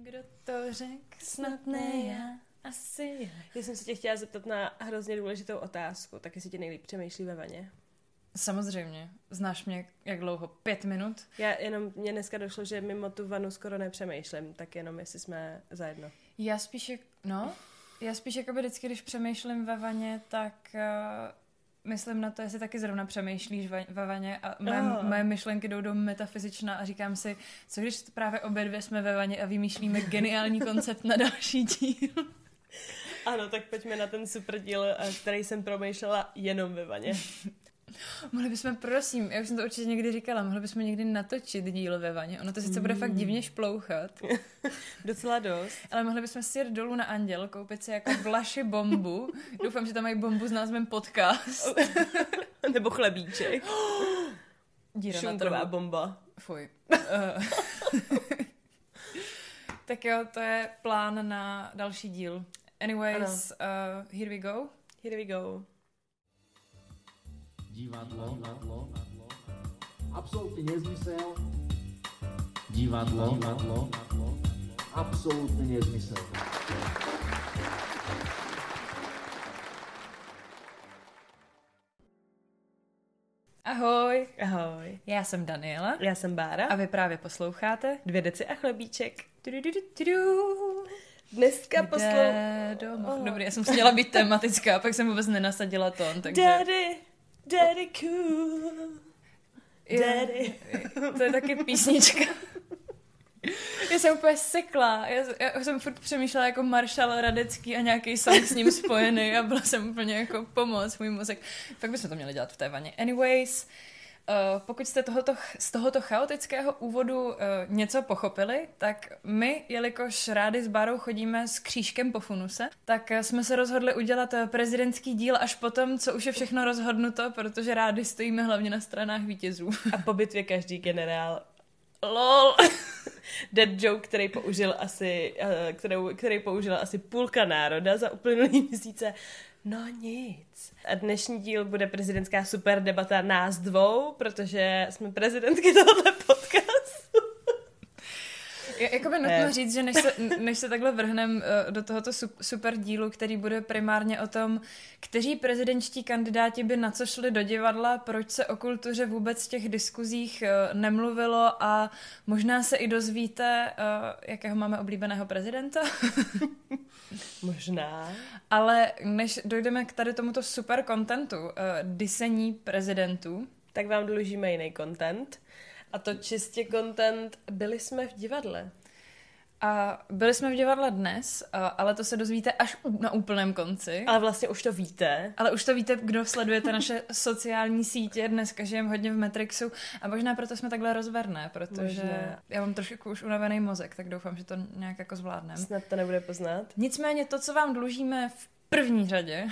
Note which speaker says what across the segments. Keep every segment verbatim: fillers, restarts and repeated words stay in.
Speaker 1: Kdo to řek, snad ne já, asi já.
Speaker 2: Já jsem se tě chtěla zeptat na hrozně důležitou otázku, tak jestli tě nejlíp přemýšlí ve vaně.
Speaker 1: Samozřejmě. Znáš mě jak dlouho? Pět minut?
Speaker 2: Já jenom, mě dneska došlo, že mimo tu vanu skoro nepřemýšlím, tak jenom jestli jsme zajedno.
Speaker 1: Já spíš, jak, no, já spíš jakoby vždycky, když přemýšlím ve vaně, tak uh, myslím na to, jestli taky zrovna přemýšlíš ve, ve vaně a mé, oh. moje myšlenky jdou do metafyzična a říkám si, co když právě obě dvě jsme ve vaně a vymýšlíme geniální koncept na další díl.
Speaker 2: Ano, tak pojďme na ten super díl, který jsem promýšlela jenom ve vaně.
Speaker 1: Mohli bychom, prosím, já už jsem to určitě někdy říkala, mohli bychom někdy natočit díl ve vaně. Ono to sice bude fakt divně šplouchat.
Speaker 2: Docela dost.
Speaker 1: Ale mohli bychom si jet dolů na Anděl, koupit si jako Vlaši bombu. Doufám, že tam mají bombu s názvem podcast.
Speaker 2: Nebo chlebíček.
Speaker 1: Díra
Speaker 2: šunkrová bomba.
Speaker 1: Fuj. Tak jo, to je plán na další díl. Anyways, uh, here we go.
Speaker 2: Here we go.
Speaker 3: Divadlo, divadlo, absolutně nezmysel. Divadlo, divadlo, absolutně nezmysel.
Speaker 1: Ahoj.
Speaker 2: Ahoj.
Speaker 1: Já jsem Daniela.
Speaker 2: Já jsem Bára.
Speaker 1: A vy právě posloucháte
Speaker 2: Dvě deci a chlebíček.
Speaker 1: Du-du-du-du-du.
Speaker 2: Dneska posloucháte.
Speaker 1: Oh. Dobrý, já jsem chtěla být tematická, pak jsem vůbec nenasadila tón, takže...
Speaker 2: Daddy, daddy cool. Daddy.
Speaker 1: To je taky písnička. Já jsem úplně sekla. Já, já jsem furt přemýšlela jako Maršal Radecký a nějaký song s ním spojený a byla jsem úplně jako pomoc, můj mozek. Fakt bychom to měli dělat v té vaně. Anyways, uh, pokud jste tohoto, z tohoto chaotického úvodu uh, něco pochopili, tak my, jelikož rádi s Bárou chodíme s křížkem po funuse, tak uh, jsme se rozhodli udělat uh, prezidentský díl až potom, co už je všechno rozhodnuto, protože rádi stojíme hlavně na stranách vítězů.
Speaker 2: A po bitvě každý generál. Lol. Dead joke, který použil asi, kterou, který použila asi půlka národa za uplynulý měsíce. No nic. A dnešní díl bude prezidentská super debata nás dvou, protože jsme prezidentky tohoto podcastu.
Speaker 1: Je jakoby nutno říct, že než se, než se takhle vrhnem do tohoto super dílu, který bude primárně o tom, kteří prezidentští kandidáti by na co šli do divadla, proč se o kultuře vůbec v těch diskuzích nemluvilo a možná se i dozvíte, jakého máme oblíbeného prezidenta.
Speaker 2: Možná.
Speaker 1: Ale než dojdeme k tady tomuto super kontentu, disení prezidentů,
Speaker 2: tak vám dlužíme jiný content. A to čistě content, byli jsme v divadle.
Speaker 1: A byli jsme v divadle dnes, ale to se dozvíte až na úplném konci.
Speaker 2: Ale vlastně už to víte.
Speaker 1: Ale už to víte, kdo sledujete naše sociální sítě. Dneska žijeme hodně v Matrixu a možná proto jsme takhle rozverné, protože možná. Já mám trošku už unavený mozek, tak doufám, že to nějak jako zvládneme.
Speaker 2: Snad to nebude poznat.
Speaker 1: Nicméně to, co vám dlužíme v první řadě,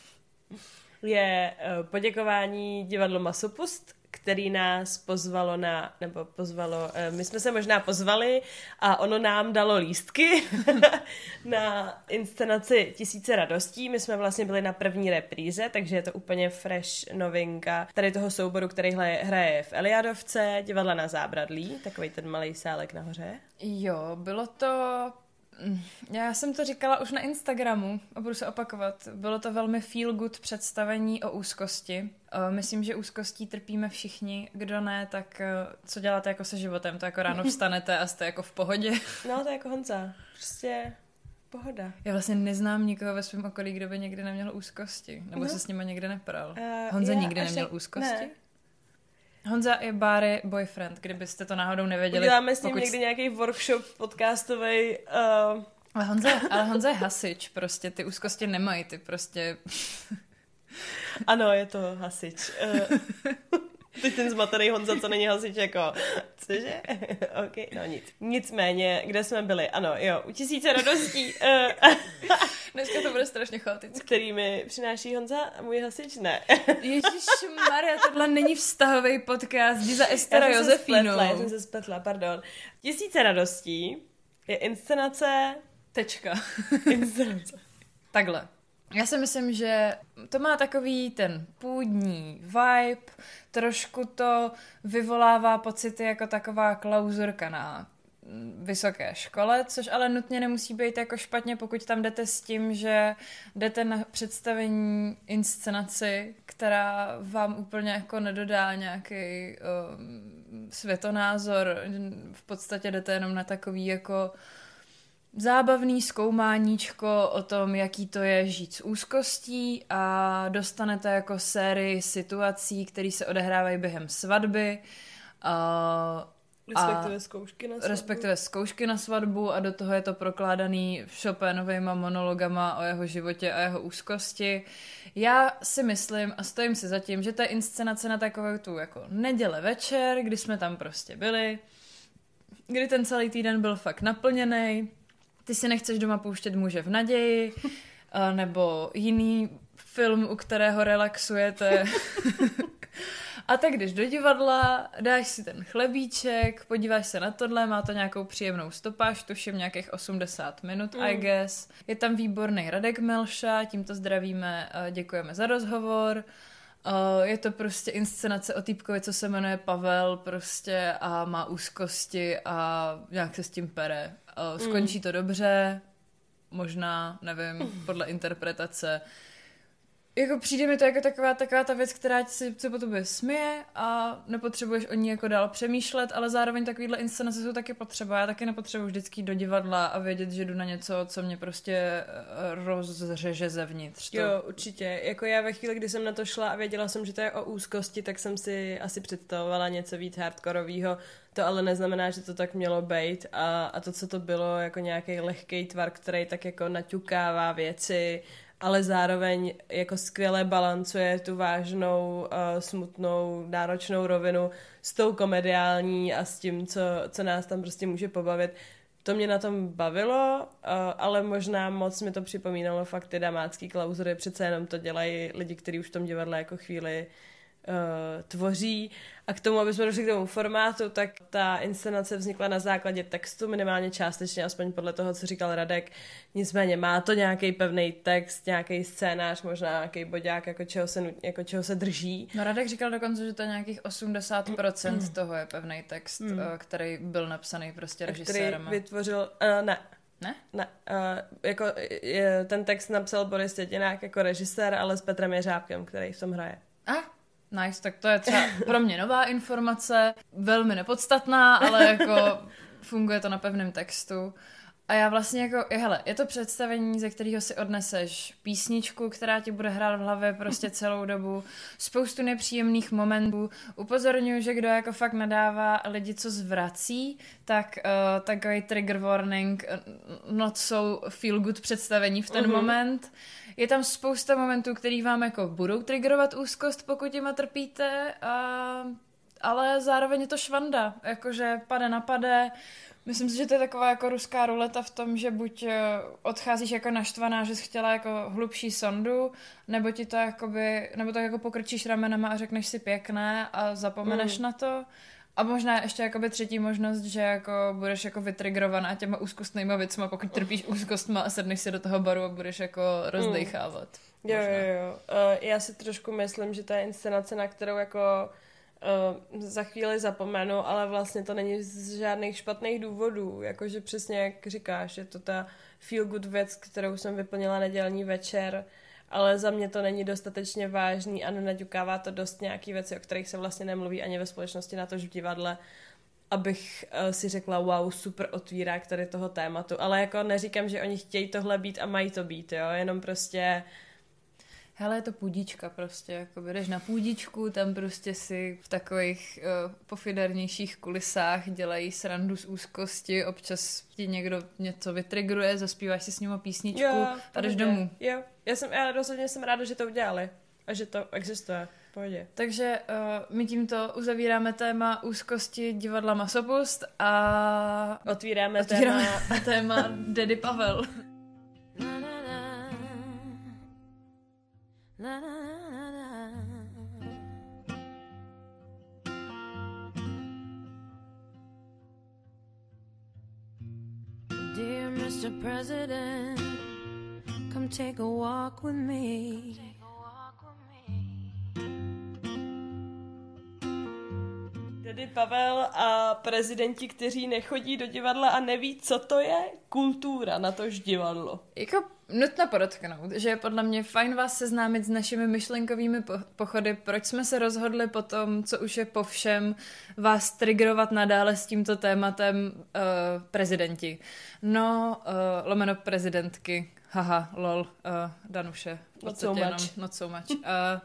Speaker 2: je poděkování divadlu Masopust, který nás pozvalo na, nebo pozvalo, my jsme se možná pozvali a ono nám dalo lístky na inscenaci Tisíce radostí. My jsme vlastně byli na první repríze, takže je to úplně fresh novinka tady toho souboru, který hraje, hraje v Eliadovce, divadla na Zábradlí, takovej ten malej sálek nahoře.
Speaker 1: Jo, bylo to... Já jsem to říkala už na Instagramu a budu se opakovat. Bylo to velmi feel good představení o úzkosti. Myslím, že úzkostí trpíme všichni. Kdo ne, tak co děláte jako se životem? To jako ráno vstanete a jste jako v pohodě.
Speaker 2: No, to je jako Honza. Prostě pohoda.
Speaker 1: Já vlastně neznám nikoho ve svém okolí, kdo by někdy neměl úzkosti. Nebo no. se s nima někdy nepral. Uh,
Speaker 2: Honza
Speaker 1: nikdy neměl tak... úzkosti? Ne. Honza je Báry boyfriend, kdybyste to náhodou nevěděli.
Speaker 2: Uděláme s ním
Speaker 1: pokud...
Speaker 2: někdy nějaký workshop podcastovej. Uh...
Speaker 1: Ale, Honza, ale Honza je hasič, prostě ty úzkosti nemají, ty prostě...
Speaker 2: Ano, je to hasič. Uh... Teď ten zmatený Honza, co není hasič, jako, cože? OK, no nic. Nicméně, kde jsme byli? Ano, jo, u Tisíce radostí. Uh...
Speaker 1: Dneska to bude strašně chaotické.
Speaker 2: Který mi přináší Honza a můj hasič ne.
Speaker 1: Ježišmarja, tohle není vztahový podcast, jdi za Estera Josefínou.
Speaker 2: Já jsem se spletla, pardon. Tisíce radostí je inscenace...
Speaker 1: Tečka.
Speaker 2: Inscenace.
Speaker 1: Takhle. Já si myslím, že to má takový ten půdní vibe, trošku to vyvolává pocity jako taková klauzurka na vysoké škole, což ale nutně nemusí být jako špatně, pokud tam jdete s tím, že jdete na představení inscenaci, která vám úplně jako nedodá nějaký um, světonázor. V podstatě jdete jenom na takový jako zábavný zkoumáníčko o tom, jaký to je žít s úzkostí a dostanete jako sérii situací, které se odehrávají během svatby. Uh,
Speaker 2: Respektive zkoušky na svatbu.
Speaker 1: Respektive zkoušky na svatbu a do toho je to prokládaný Chopinovejma monologama o jeho životě a jeho úzkosti. Já si myslím a stojím si za tím, že to je inscenace na takovou tu jako neděle večer, kdy jsme tam prostě byli, kdy ten celý týden byl fakt naplněný. Ty si nechceš doma pouštět Muže v naději, nebo jiný film, u kterého relaxujete. A tak jdeš do divadla, dáš si ten chlebíček, podíváš se na tohle, má to nějakou příjemnou stopáž, tuším nějakých osmdesát minut, mm. I guess. Je tam výborný Radek Melša, tímto zdravíme, děkujeme za rozhovor. Je to prostě inscenace o týpkovi, co se jmenuje Pavel prostě a má úzkosti a nějak se s tím pere. Skončí mm. to dobře, možná, nevím, podle interpretace. Jako přijde mi to jako taková, taková ta věc, která si, se po tobě směje a nepotřebuješ o ní jako dál přemýšlet, ale zároveň takovýhle inscenace jsou taky potřeba. Já taky nepotřebuji vždycky do divadla a vědět, že jdu na něco, co mě prostě rozřeže zevnitř. To...
Speaker 2: Jo, určitě. Jako já ve chvíli, kdy jsem na to šla a věděla jsem, že to je o úzkosti, tak jsem si asi představovala něco víc hardkorovýho. To ale neznamená, že to tak mělo být a, a to, co to bylo, jako nějaký lehký tvar, který tak jako naťukává věci, ale zároveň jako skvěle balancuje tu vážnou, uh, smutnou, náročnou rovinu s tou komediální a s tím, co, co nás tam prostě může pobavit. To mě na tom bavilo, uh, ale možná moc mi to připomínalo fakt ty damácký klauzury, přece jenom to dělají lidi, kteří už v tom divadle jako chvíli uh, tvoří. A k tomu, aby jsme došli k tomu formátu, tak ta inscenace vznikla na základě textu, minimálně částečně, aspoň podle toho, co říkal Radek. Nicméně má to nějaký pevný text, nějaký scénář, možná nějaký bodák, jako čeho se, jako čeho se drží.
Speaker 1: No Radek říkal dokonce, že to je nějakých osmdesát procent toho je pevný text, mm. který byl napsaný prostě režisérem.
Speaker 2: Který vytvořil, uh, ne.
Speaker 1: Ne?
Speaker 2: Ne, uh, jako je, ten text napsal Boris Tětinák jako režisér, ale s Petrem Jeřábkem, který v tom hraje.
Speaker 1: A? Nice, tak to je třeba pro mě nová informace, velmi nepodstatná, ale jako funguje to na pevném textu. A já vlastně jako, hele, je to představení, ze kterého si odneseš písničku, která ti bude hrát v hlavě prostě celou dobu, spoustu nepříjemných momentů. Upozorňuji, že kdo jako fakt nadává lidi, co zvrací, tak uh, takový trigger warning, not so feel good představení v ten uh-huh. moment. Je tam spousta momentů, který vám jako budou triggerovat úzkost, pokud jima trpíte, a, ale zároveň je to švanda, jakože pade na pade. Myslím si, že to je taková jako ruská ruleta v tom, že buď odcházíš jako naštvaná, že jsi chtěla jako hlubší sondu, nebo ti to jakoby, nebo tak jako pokrčíš ramenama a řekneš si pěkné a zapomeneš mm. na to. A možná ještě jakoby třetí možnost, že jako budeš jako vytrigrovaná těma úzkostnýma věcma, pokud trpíš úzkostma a sedneš si do toho baru a budeš jako rozdejchávat.
Speaker 2: Mm. Jo, jo, jo. Uh, já si trošku myslím, že to je inscenace, na kterou jako uh, za chvíli zapomenu, ale vlastně to není z žádných špatných důvodů. Jakože přesně jak říkáš, je to ta feel good věc, kterou jsem vyplnila nedělní večer, ale za mě to není dostatečně vážný a nenaďukává to dost nějaký věci, o kterých se vlastně nemluví ani ve společnosti, natož v divadle, abych uh, si řekla, wow, super otvírák tady toho tématu. Ale jako neříkám, že oni chtějí tohle být a mají to být, jo, jenom prostě...
Speaker 1: Hele, je to půdička prostě, jako jdeš na půdičku, tam prostě si v takových uh, pofidernějších kulisách dělají srandu z úzkosti, občas ti někdo něco vytrigruje, zaspíváš si s ním písničku
Speaker 2: jo,
Speaker 1: a jdeš domů.
Speaker 2: Jo, já, jsem, já rozhodně jsem ráda, že to udělali a že to existuje. Pohodě.
Speaker 1: Takže uh, my tímto uzavíráme téma úzkosti divadla Masopust a
Speaker 2: otvíráme,
Speaker 1: otvíráme
Speaker 2: téma,
Speaker 1: téma Daddy Pavel.
Speaker 4: La, la, la, la. Dear Mister President, come take a walk with me.
Speaker 2: Daddy Pavel a prezidenti, kteří nechodí do divadla a neví, co to je kultura, natož divadlo.
Speaker 1: Jako nutno podotknout, že je podle mě fajn vás seznámit s našimi myšlenkovými po- pochody, proč jsme se rozhodli potom, co už je po všem, vás triggerovat nadále s tímto tématem uh, prezidenti. No, uh, lomeno prezidentky, haha, lol, uh, Danuše.
Speaker 2: Not so
Speaker 1: Jenom,
Speaker 2: much.
Speaker 1: not so much. Uh,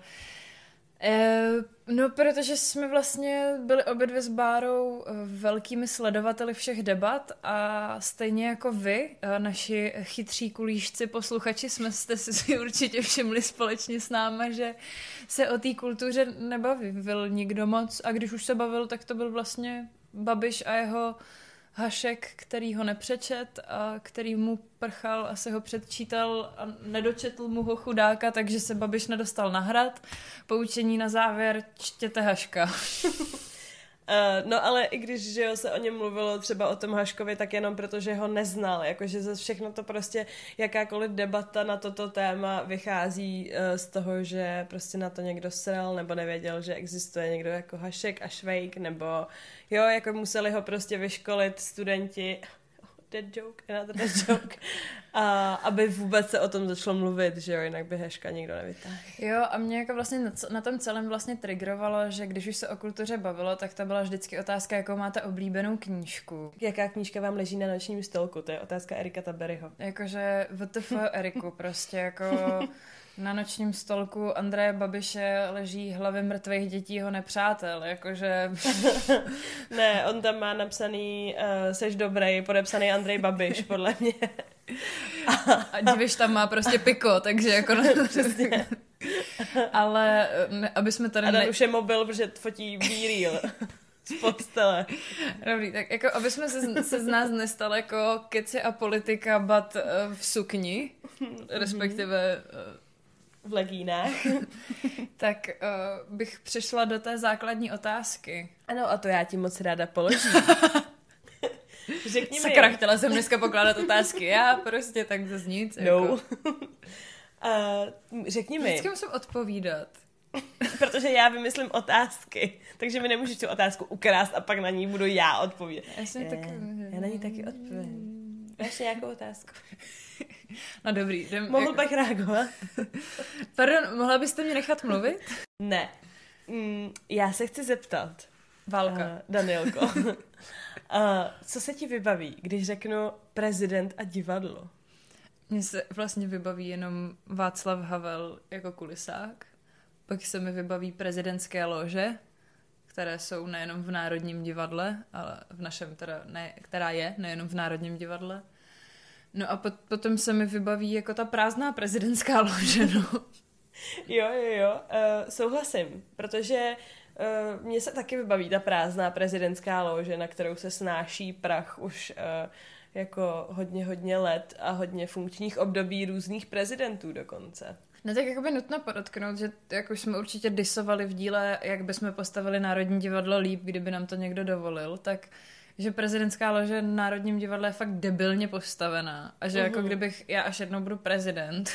Speaker 1: uh, no, protože jsme vlastně byli obě dvě s Bárou uh, velkými sledovateli všech debat a stejně jako vy, uh, naši chytří kulíšci posluchači, jsme jste si určitě všimli společně s náma, že se o té kultuře nebavil nikdo moc a když už se bavil, tak to byl vlastně Babiš a jeho Hašek, který ho nepřečet a který mu prchal, asi ho předčítal a nedočetl mu ho chudáka, takže se Babiš nedostal na hrad. Poučení na závěr, čtěte Haška.
Speaker 2: Uh, no ale i když že jo, se o něm mluvilo třeba o tom Haškovi, tak jenom protože ho neznal, jakože ze všechno to prostě, jakákoliv debata na toto téma vychází uh, z toho, že prostě na to někdo sral, nebo nevěděl, že existuje někdo jako Hašek a Švejk, nebo jo, jako museli ho prostě vyškolit studenti, dead joke, another dead joke, a aby vůbec se o tom začalo mluvit, že jo, jinak by Haška nikdo nevytáhl.
Speaker 1: Jo, a mě jako vlastně na, na tom celém vlastně triggerovalo, že když už se o kultuře bavilo, tak to byla vždycky otázka, jakou máte oblíbenou knížku.
Speaker 2: Jaká knížka vám leží na nočním stolku? To je otázka Erika Taberyho.
Speaker 1: Jakože W T F Eriku, prostě jako na nočním stolku Andreje Babiše leží hlavy mrtvých dětí jeho nepřátel, jakože...
Speaker 2: Ne, on tam má napsaný uh, seš dobrý, podepsaný Andrej Babiš, podle mě.
Speaker 1: A diviš tam má prostě piko, takže jako...
Speaker 2: Přesně.
Speaker 1: Ale ne, aby jsme tady...
Speaker 2: A Dan
Speaker 1: Ne...
Speaker 2: už je mobil, protože fotí B-reel z postele.
Speaker 1: Dobrý, tak jako aby jsme se, se z nás nestali jako keci a politika, but uh, v sukni, respektive... Uh,
Speaker 2: V legínách.
Speaker 1: tak uh, bych přešla do té základní otázky.
Speaker 2: Ano, a to já ti moc ráda položím. Řekni mi.
Speaker 1: Sakra, chtěla jsem dneska pokládat otázky. Já prostě tak zase nic.
Speaker 2: No.
Speaker 1: Jako.
Speaker 2: uh, řekni mi.
Speaker 1: Vždycky musím odpovídat.
Speaker 2: Protože já vymyslím otázky. Takže mi nemůžeš tu otázku ukrást a pak na ní budu já odpovídat.
Speaker 1: Já, jsem
Speaker 2: já,
Speaker 1: tak...
Speaker 2: já na ní taky odpovím. Máš nějakou otázku?
Speaker 1: No dobrý. Jdem,
Speaker 2: Mohl
Speaker 1: jako...
Speaker 2: bych reagovat?
Speaker 1: Pardon, mohla byste mě nechat mluvit?
Speaker 2: Ne. Mm, já se chci zeptat.
Speaker 1: Válka.
Speaker 2: Uh, Danielko. uh, co se ti vybaví, když řeknu prezident a divadlo?
Speaker 1: Mně se vlastně vybaví jenom Václav Havel jako kulisák. Pak se mi vybaví prezidentské lože, které jsou nejenom v Národním divadle, ale v našem teda, ne, která je nejenom v Národním divadle. No a pot, potom se mi vybaví jako ta prázdná prezidentská lože, no.
Speaker 2: Jo, jo, jo, uh, souhlasím, protože uh, mně se taky vybaví ta prázdná prezidentská lože, na kterou se snáší prach už uh, jako hodně, hodně let a hodně funkčních období různých prezidentů dokonce.
Speaker 1: No tak jakoby nutno podotknout, že jak už jsme určitě disovali v díle, jak bychom postavili Národní divadlo líp, kdyby nám to někdo dovolil, tak že prezidentská lože v Národním divadle je fakt debilně postavená a že uh-huh. jako kdybych, já až jednou budu prezident,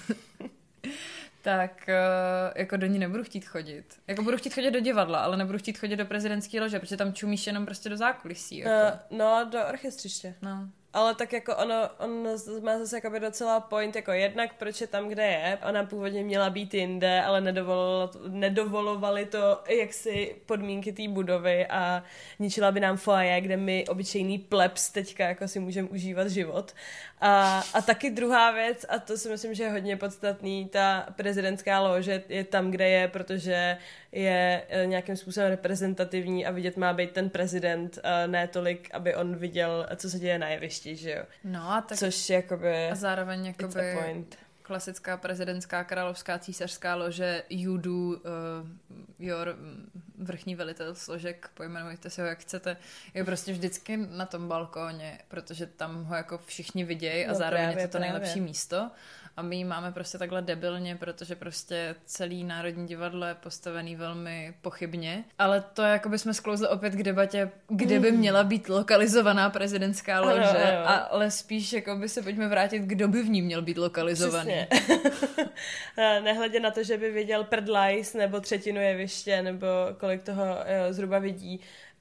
Speaker 1: tak uh, jako do ní nebudu chtít chodit. Jako budu chtít chodit do divadla, ale nebudu chtít chodit do prezidentské lože, protože tam čumíš jenom prostě do zákulisí. Jako.
Speaker 2: Uh, no, do orchestřiště.
Speaker 1: No.
Speaker 2: Ale tak jako ono, on má zase jakoby docela point, jako jednak proč je tam, kde je. Ona původně měla být jinde, ale nedovolovali to, nedovolovali to jaksi podmínky té budovy a ničila by nám foyer, kde my obyčejný plebs teďka jako si můžeme užívat život. A, a taky druhá věc, a to si myslím, že je hodně podstatný, ta prezidentská lože je tam, kde je, protože je nějakým způsobem reprezentativní a vidět má být ten prezident, ne tolik, aby on viděl, co se děje na jevišti, že jo.
Speaker 1: No a tak
Speaker 2: Což jakoby...
Speaker 1: a zároveň jakoby klasická prezidentská královská císařská lože you do uh, your vrchní velitel složek, pojmenujte si ho jak chcete, je prostě vždycky na tom balkóně, protože tam ho jako všichni vidějí a
Speaker 2: no
Speaker 1: zároveň
Speaker 2: právě,
Speaker 1: je to to nejlepší
Speaker 2: právě.
Speaker 1: místo. A my ji máme prostě takhle debilně, protože prostě celý Národní divadlo je postavený velmi pochybně. Ale to jako by jsme sklouzli opět k debatě, kde by měla být lokalizovaná prezidentská lože,
Speaker 2: ano, ano.
Speaker 1: ale spíš jako by se pojďme vrátit, kdo by v ní měl být lokalizovaný.
Speaker 2: Nehledě na to, že by viděl prdlajs nebo třetinu jeviště, nebo kolik toho jo, zhruba vidí.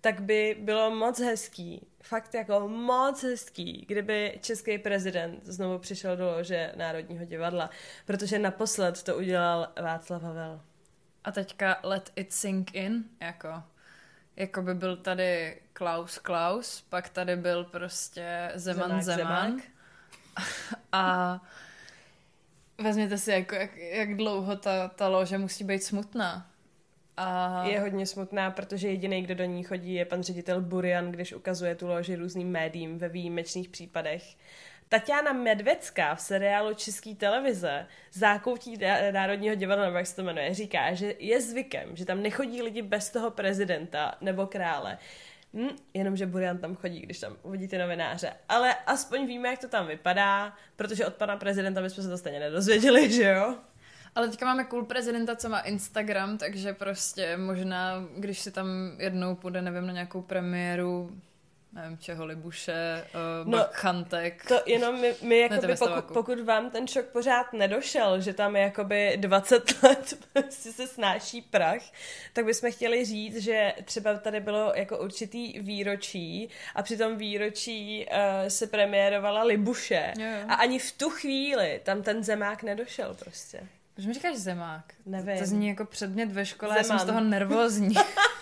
Speaker 2: tak by bylo moc hezký, fakt jako moc hezký, kdyby český prezident znovu přišel do lože Národního divadla, protože naposled to udělal Václav Havel.
Speaker 1: A teďka let it sink in, jako, jako by byl tady Klaus Klaus, pak tady byl prostě Zeman
Speaker 2: Zemák,
Speaker 1: Zeman.
Speaker 2: Zemák.
Speaker 1: A vezměte si, jako, jak, jak dlouho ta, ta lože musí být smutná. A...
Speaker 2: Je hodně smutná, protože jediný, kdo do ní chodí, je pan ředitel Burian, když ukazuje tu loži různým médiím ve výjimečných případech. Tatiana Medvecká v seriálu České televize Zákoutí Národního divadla, nebo jak se to jmenuje, říká, že je zvykem, že tam nechodí lidi bez toho prezidenta nebo krále. Hm, jenomže Burian tam chodí, když tam uvidíte novináře. Ale aspoň víme, jak to tam vypadá, protože od pana prezidenta bychom se to stejně nedozvěděli, že jo?
Speaker 1: Ale teďka máme cool prezidenta, co má Instagram, takže prostě možná, když si tam jednou půjde, nevím, na nějakou premiéru, nevím čeho, Libuše, uh,
Speaker 2: no,
Speaker 1: Bakchantek.
Speaker 2: To jenom my, my jakoby,
Speaker 1: ne,
Speaker 2: pokud, pokud vám ten šok pořád nedošel, že tam je jakoby dvacet let prostě se snáší prach, tak bychom chtěli říct, že třeba tady bylo jako určitý výročí a při tom výročí uh, se premiérovala Libuše
Speaker 1: jo, jo.
Speaker 2: a ani v tu chvíli tam ten Zemák nedošel prostě.
Speaker 1: Proč mi říkáš Zemák?
Speaker 2: Nevím.
Speaker 1: To, to zní jako předmět ve škole, já
Speaker 2: Zeman.
Speaker 1: jsem z toho nervózní.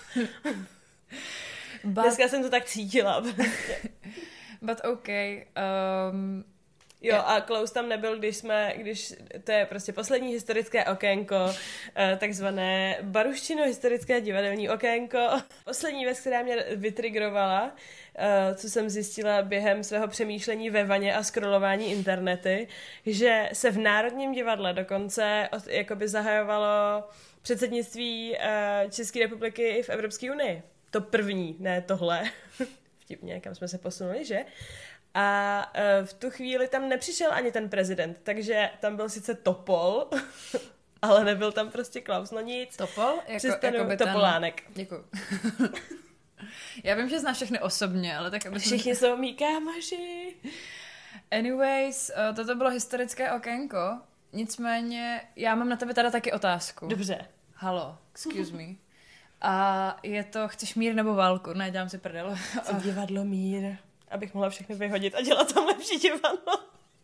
Speaker 1: But,
Speaker 2: Dneska jsem to tak cítila. Prostě.
Speaker 1: but OK. Um,
Speaker 2: Jo, a Klaus tam nebyl, když jsme, když, to je prostě poslední historické okénko, takzvané Baruščino historické divadelní okénko. Poslední věc, která mě vytrigrovala, co jsem zjistila během svého přemýšlení ve vaně a scrollování internety, že se v Národním divadle dokonce jakoby zahajovalo předsednictví České republiky i v Evropské unii. To první, ne tohle. Vtipně, kam jsme se posunuli, že? A uh, v tu chvíli tam nepřišel ani ten prezident, takže tam byl sice Topol, ale nebyl tam prostě Klaus, no nic.
Speaker 1: Topol? Jako,
Speaker 2: jako by Topolánek.
Speaker 1: Ten... Děkuju. Já vím, že znáš všechny osobně, ale tak aby
Speaker 2: Všichni jsou mý kámoši.
Speaker 1: Anyways, uh, toto bylo historické okénko, nicméně já mám na tebe teda taky otázku.
Speaker 2: Dobře.
Speaker 1: Halo, excuse me. A je to, chceš mír nebo válku? Ne, dělám si prdel.
Speaker 2: Co divadlo mír, abych mohla všechny vyhodit a dělat tam lepší divadlo.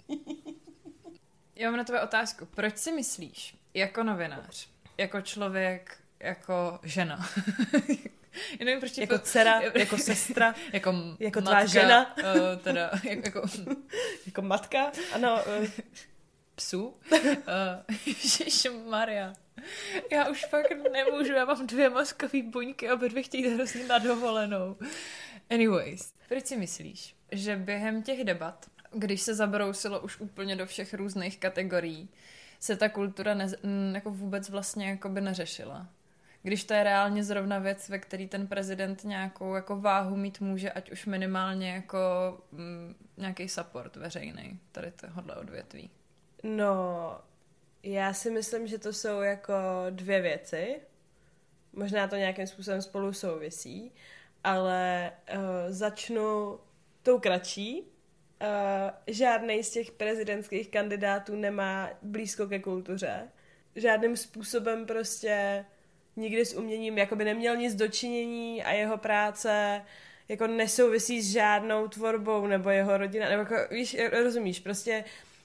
Speaker 1: Já mám na tebe otázku. Proč si myslíš, jako novinář, jako člověk, jako žena, já nevím, proč
Speaker 2: jako dcera, jako sestra,
Speaker 1: jako,
Speaker 2: jako
Speaker 1: matka,
Speaker 2: tvá žena,
Speaker 1: uh, teda, jako,
Speaker 2: jako matka, ano. Uh.
Speaker 1: Psu. Uh, Ježišmarja. Já už fakt nemůžu, já mám dvě mozkový buňky, obě dvě chtějí hrozně na dovolenou. Anyways, proč si myslíš, že během těch debat, když se zabrousilo už úplně do všech různých kategorií, se ta kultura ne, jako vůbec vlastně jakoby neřešila? Když to je reálně zrovna věc, ve který ten prezident nějakou jako váhu mít může, ať už minimálně jako m, nějaký support veřejný tady tohohle odvětví.
Speaker 2: No, já si myslím, že to jsou jako dvě věci. Možná to nějakým způsobem spolu souvisí, ale uh, začnu tou kratší. Uh, žádnej z těch prezidentských kandidátů nemá blízko ke kultuře. Žádným způsobem prostě nikdy s uměním jakoby neměl nic dočinění a jeho práce jako nesouvisí s žádnou tvorbou nebo jeho rodina, nebo jako, víš, rozumíš, prostě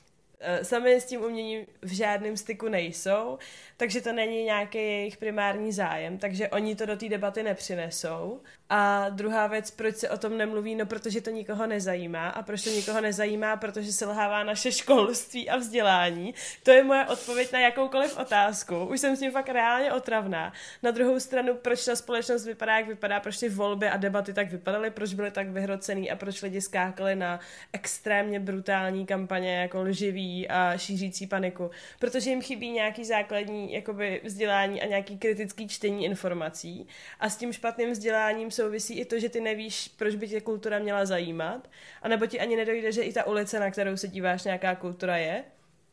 Speaker 2: sami s tím uměním v žádném styku nejsou, takže to není nějaký jejich primární zájem, takže oni to do té debaty nepřinesou. A druhá věc, proč se o tom nemluví, no protože to nikoho nezajímá. A proč to nikoho nezajímá? Protože selhává naše školství a vzdělání. To je moje odpověď na jakoukoliv otázku. Už jsem s tím fakt reálně otravná. Na druhou stranu, proč ta společnost vypadá, jak vypadá, proč ty volby a debaty tak vypadaly, proč byly tak vyhrocený a proč lidi skákali na extrémně brutální kampaně jako lživý a šířící paniku. Protože jim chybí nějaký základní jakoby vzdělání a nějaký kritický čtení informací. A s tím špatným vzděláním souvisí i to, že ty nevíš, proč by tě kultura měla zajímat, anebo ti ani nedojde, že i ta ulice, na kterou se díváš, nějaká kultura je.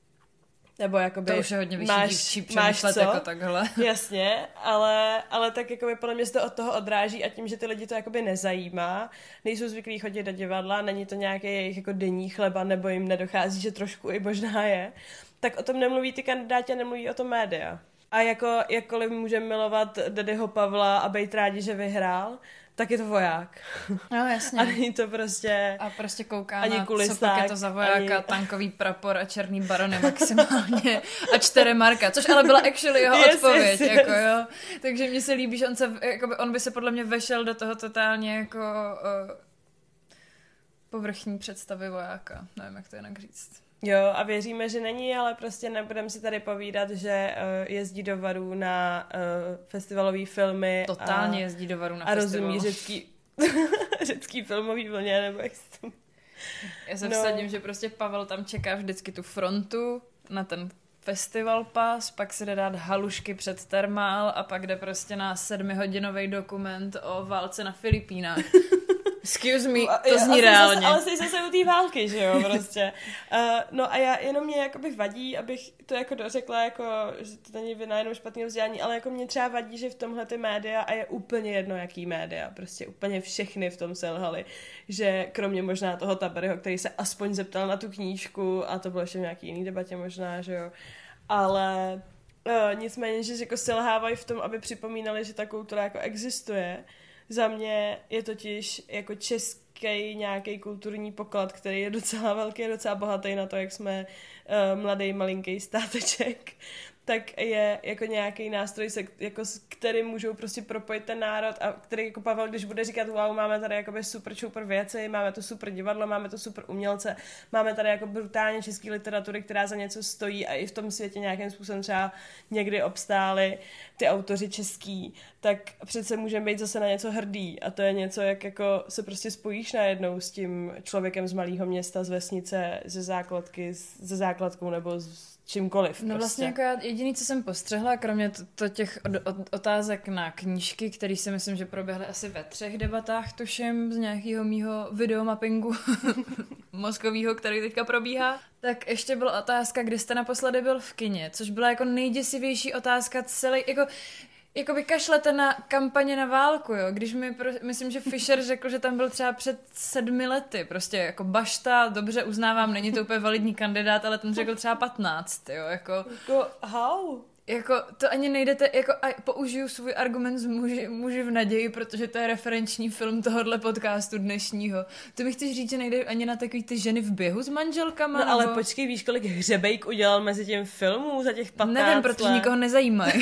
Speaker 2: Nebo jakoby
Speaker 1: to už je hodně vyšší
Speaker 2: máš,
Speaker 1: dívčí
Speaker 2: máš
Speaker 1: přemýšlet
Speaker 2: co?
Speaker 1: jako takhle.
Speaker 2: Jasně, ale, ale tak jakoby podle mě se to od toho odráží a tím, že ty lidi to jakoby nezajímá, nejsou zvyklí chodit do divadla, není to nějaký jejich jako denní chleba, nebo jim nedochází, že trošku i možná je, tak o tom nemluví ty kandidáti a nemluví o tom média. A jako jakkoliv můžeme milovat Daddyho Pavla a bejt rádi, že vyhrál, tak je to voják.
Speaker 1: No jasně.
Speaker 2: A není to prostě...
Speaker 1: A prostě kouká
Speaker 2: ani
Speaker 1: na,
Speaker 2: kulisták,
Speaker 1: co pak je to za vojáka,
Speaker 2: ani...
Speaker 1: tankový prapor a černý barony maximálně a čtyři marka, což ale byla actually jeho
Speaker 2: yes,
Speaker 1: odpověď,
Speaker 2: yes,
Speaker 1: jako
Speaker 2: yes.
Speaker 1: jo. Takže mně se líbí, že on, se, jakoby, on by se podle mě vešel do toho totálně jako uh, povrchní představy vojáka. Nevím, jak to jinak říct.
Speaker 2: Jo, a věříme, že není, ale prostě nebudeme si tady povídat, že uh, jezdí do Varu na uh, festivalový filmy.
Speaker 1: Totálně
Speaker 2: a,
Speaker 1: jezdí do Varu na
Speaker 2: a
Speaker 1: festivalu.
Speaker 2: rozumí řecký, řecký filmový vlně, nebo jak se to...
Speaker 1: Já se
Speaker 2: No.
Speaker 1: vsadím, že prostě Pavel tam čeká vždycky tu frontu na ten festival pas, pak si jde dát halušky před termál a pak jde prostě na sedmihodinový dokument o válce na Filipínách. Excuse me, to
Speaker 2: Já-
Speaker 1: zní
Speaker 2: ale
Speaker 1: reálně.
Speaker 2: Zase, ale jsi zase u té války, že jo, prostě. Uh, no a já jenom mě jakoby vadí, abych to jako dořekla, jako, že to není vina jenom špatného vzdělání, ale jako mě třeba vadí, že v tomhle ty média, a je úplně jedno, jaký média, prostě úplně všechny v tom selhali, že kromě možná toho Tabaryho, který se aspoň zeptal na tu knížku, a to bylo ještě v nějaký jiný debatě možná, že jo, ale uh, nicméně, že jako selhávají v tom, aby připomínali, že ta kultura jako existuje. Za mě je totiž jako český nějaký kulturní poklad, který je docela velký, je docela bohatý na to, jak jsme uh, mladý, malinký státeček, tak je jako nějaký nástroj, se, jako, s kterým můžou prostě propojit ten národ a který jako Pavel, když bude říkat, wow, máme tady jakoby super, super věci, máme to super divadlo, máme to super umělce, máme tady jako brutálně český literatury, která za něco stojí a i v tom světě nějakým způsobem třeba někdy obstáli ty autoři český, tak přece můžeme být zase na něco hrdý a to je něco, jak jako se prostě spojíš najednou s tím člověkem z malého města, z vesnice, ze základky, ze základkou nebo z čímkoliv.
Speaker 1: No
Speaker 2: prostě.
Speaker 1: vlastně jako já jediný, co jsem postřehla, kromě to, to těch od, od, otázek na knížky, které si myslím, že proběhly asi ve třech debatách, tuším, z nějakého mýho videomappingu mozkovýho, který teďka probíhá, tak ještě byla otázka, kdy jste naposledy byl v kině, což byla jako nejděsivější otázka celý, jako Jakoby kašlete na kampaně na válku, jo. Když mi, pro, myslím, že Fischer řekl, že tam byl třeba před sedmi lety, prostě jako bašta, dobře uznávám, není to úplně validní kandidát, ale ten řekl třeba patnáct, jo, jako...
Speaker 2: Jako, how?
Speaker 1: Jako, to ani nejdete, jako a použiju svůj argument z muži, muži v naději, protože to je referenční film tohohle podcastu dnešního. To mi chceš říct, že nejde ani na takový ty ženy v běhu s manželkama?
Speaker 2: No ale
Speaker 1: nebo...
Speaker 2: počkej, víš, kolik hřebejk udělal mezi tím filmů za těch patnáct
Speaker 1: Nevím, protože
Speaker 2: let?
Speaker 1: nikoho nezajímají.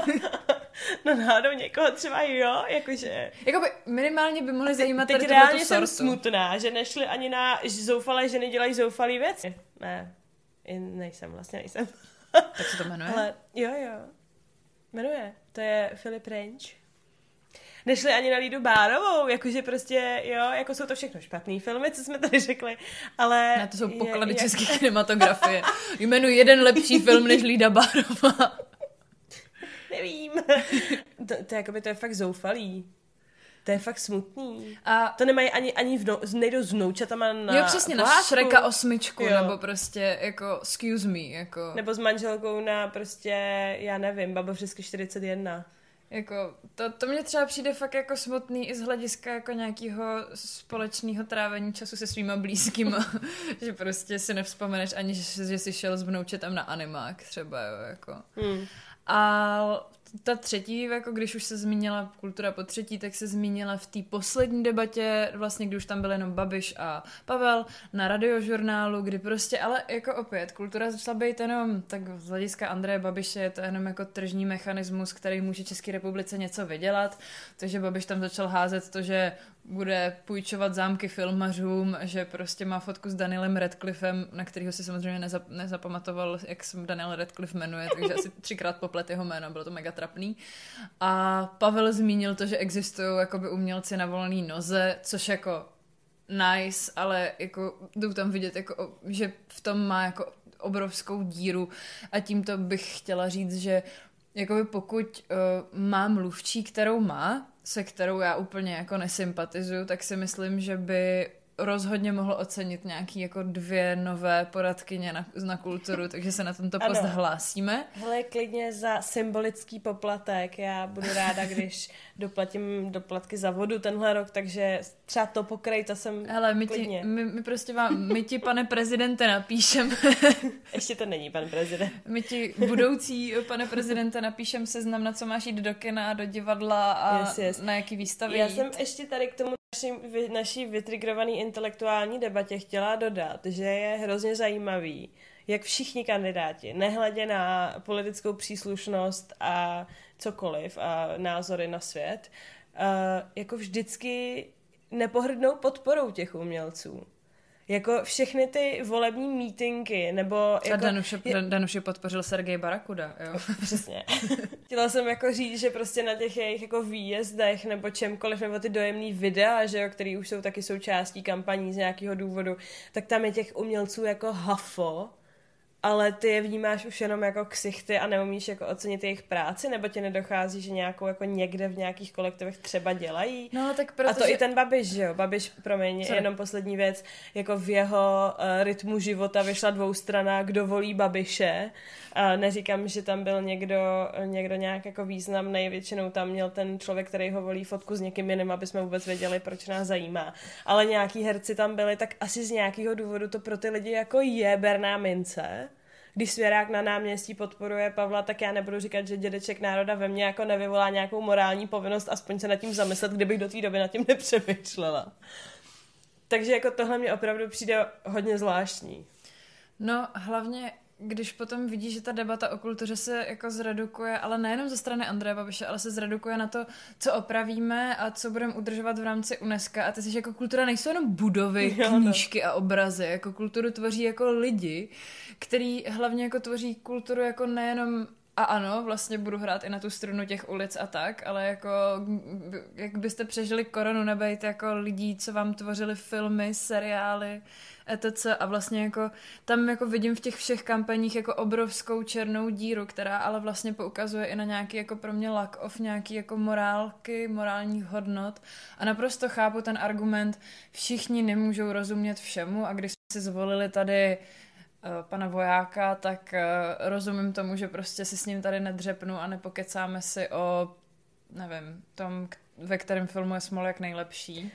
Speaker 2: No náhodou někoho třeba jo, jakože...
Speaker 1: Jakoby minimálně by mohli zajímat
Speaker 2: Teď
Speaker 1: tady
Speaker 2: reálně
Speaker 1: tuhletu
Speaker 2: jsem
Speaker 1: sortu.
Speaker 2: smutná, že nešli ani na zoufalé ženy dělají zoufalý věci. Ne, i nejsem, vlastně nejsem.
Speaker 1: Tak se to jmenuje?
Speaker 2: Ale jo, jo. Jmenuje. To je Filip Renč. Nešli ani na Lídu Bárovou, jakože prostě, jo, jako jsou to všechno špatný filmy, co jsme tady řekli, ale...
Speaker 1: Ne, to jsou poklady
Speaker 2: je,
Speaker 1: české je... kinematografie. Jmenuji jeden lepší film než Lída Bárová.
Speaker 2: Nevím. to, to, jakoby, to je fakt zoufalý. To je fakt smutný.
Speaker 1: A
Speaker 2: to nemají ani, ani vno, nejdou s vnoučatama na
Speaker 1: jo, přesně, na
Speaker 2: pohádku.
Speaker 1: Šreka osmičku,
Speaker 2: Jo.
Speaker 1: nebo prostě jako excuse me, jako...
Speaker 2: Nebo s manželkou na prostě, já nevím, Baba Vřesky čtyřicet jedna.
Speaker 1: Jako, to, to mně třeba přijde fakt jako smutný i z hlediska jako nějakého společného trávení času se svýma blízkýma, že prostě si nevzpomeneš ani, že, že jsi šel s vnoučetem na animák třeba, jo, jako.
Speaker 2: Hmm.
Speaker 1: A ta třetí, jako když už se zmínila kultura po třetí, tak se zmínila v té poslední debatě, vlastně kdy už tam byl jenom Babiš a Pavel na radiožurnálu, kdy prostě, ale jako opět, kultura začala být jenom, tak z hlediska Andreje Babiše je to jenom jako tržní mechanismus, který může České republice něco vydělat, takže Babiš tam začal házet to, že bude půjčovat zámky filmařům, že prostě má fotku s Danielem Radcliffem, na kterého si samozřejmě nezap- nezapamatoval, jak se Daniel Radcliffe jmenuje, takže asi třikrát poplet jeho jméno, bylo to mega trapný. A Pavel zmínil to, že existují jakoby umělci na volné noze, což jako nice, ale jako jdou tam vidět, jako, že v tom má jako obrovskou díru a tímto bych chtěla říct, že jakoby pokud uh, má mluvčí, kterou má, se kterou já úplně jako nesympatizuju, tak si myslím, že by rozhodně mohl ocenit nějaký jako dvě nové poradkyně na, na kulturu, takže se na tento post
Speaker 2: Ano.
Speaker 1: hlásíme.
Speaker 2: Hele, klidně za symbolický poplatek. Já budu ráda, když doplatím doplatky za vodu tenhle rok, takže třeba to pokrej, to jsem
Speaker 1: Hele, my, ti,
Speaker 2: klidně.
Speaker 1: my, my prostě vám, my ti, pane prezidente, napíšem,
Speaker 2: Ještě to není, pan prezident.
Speaker 1: my ti budoucí, pane prezidente, napíšem seznam, na co máš jít do kina, do divadla a
Speaker 2: Yes, yes.
Speaker 1: na jaký výstavy
Speaker 2: Já
Speaker 1: jít.
Speaker 2: jsem ještě tady k tomu naší, vy- naší vytrigrované intelektuální debatě chtěla dodat, že je hrozně zajímavý, jak všichni kandidáti, nehledě na politickou příslušnost a cokoliv a názory na svět, uh, jako vždycky nepohrdnou podporou těch umělců. Jako všechny ty volební mítinky, nebo
Speaker 1: A
Speaker 2: jako...
Speaker 1: Danuše,
Speaker 2: je-
Speaker 1: Danuše podpořil Sergej Barakuda, jo.
Speaker 2: Přesně. Chtěla jsem jako říct, že prostě na těch jejich jako výjezdech nebo čemkoliv, nebo ty dojemný videa, že jo, který už jsou taky součástí kampaní z nějakého důvodu, tak tam je těch umělců jako hafo, ale ty je vnímáš už jenom jako ksichty a neumíš jako ocenit jejich práci, nebo ti nedochází, že nějakou jako někde v nějakých kolektivech třeba dělají.
Speaker 1: No ale tak
Speaker 2: A
Speaker 1: protože...
Speaker 2: to i ten Babiš, že jo? Babiš, promiň,
Speaker 1: Sorry.
Speaker 2: jenom poslední věc, jako v jeho uh, rytmu života vyšla dvoustrana, kdo volí Babiše. Uh, neříkám, že tam byl někdo, někdo nějak jako významný, většinou tam měl ten člověk, který ho volí, fotku s někým jiným, aby jsme vůbec věděli, proč nás zajímá. Ale nějaký herci tam byli, tak asi z nějakého důvodu to pro ty lidi jako je berná mince. Když Svěrák na náměstí podporuje Pavla, tak já nebudu říkat, že dědeček národa ve mně jako nevyvolá nějakou morální povinnost, aspoň se nad tím zamyslet, kdybych do té doby nad tím nepřemýšlela. Takže jako tohle mě opravdu přijde hodně zvláštní.
Speaker 1: No, hlavně, když potom vidíš, že ta debata o kultuře se jako zredukuje, ale nejenom ze strany Andreje Babiše, ale se zredukuje na to, co opravíme a co budeme udržovat v rámci UNESCO. A ty jsi jako kultura nejsou jenom budovy,
Speaker 2: Jo, no.
Speaker 1: knížky a obrazy. Jako kulturu tvoří jako lidi, který hlavně jako tvoří kulturu jako nejenom a ano, vlastně budu hrát i na tu strunu těch ulic a tak, ale jako jak byste přežili koronu, nebejt jako lidí, co vám tvořili filmy, seriály, et cetera. A vlastně jako tam jako vidím v těch všech kampaních jako obrovskou černou díru, která ale vlastně poukazuje i na nějaký jako pro mě lack of nějaký jako morálky, morálních hodnot. A naprosto chápu ten argument, všichni nemůžou rozumět všemu a když jsme si zvolili tady pana vojáka, tak uh, rozumím tomu, že prostě si s ním tady nedřepnu a nepokecáme si o, nevím, tom, ve kterém filmu je Smoljak nejlepší.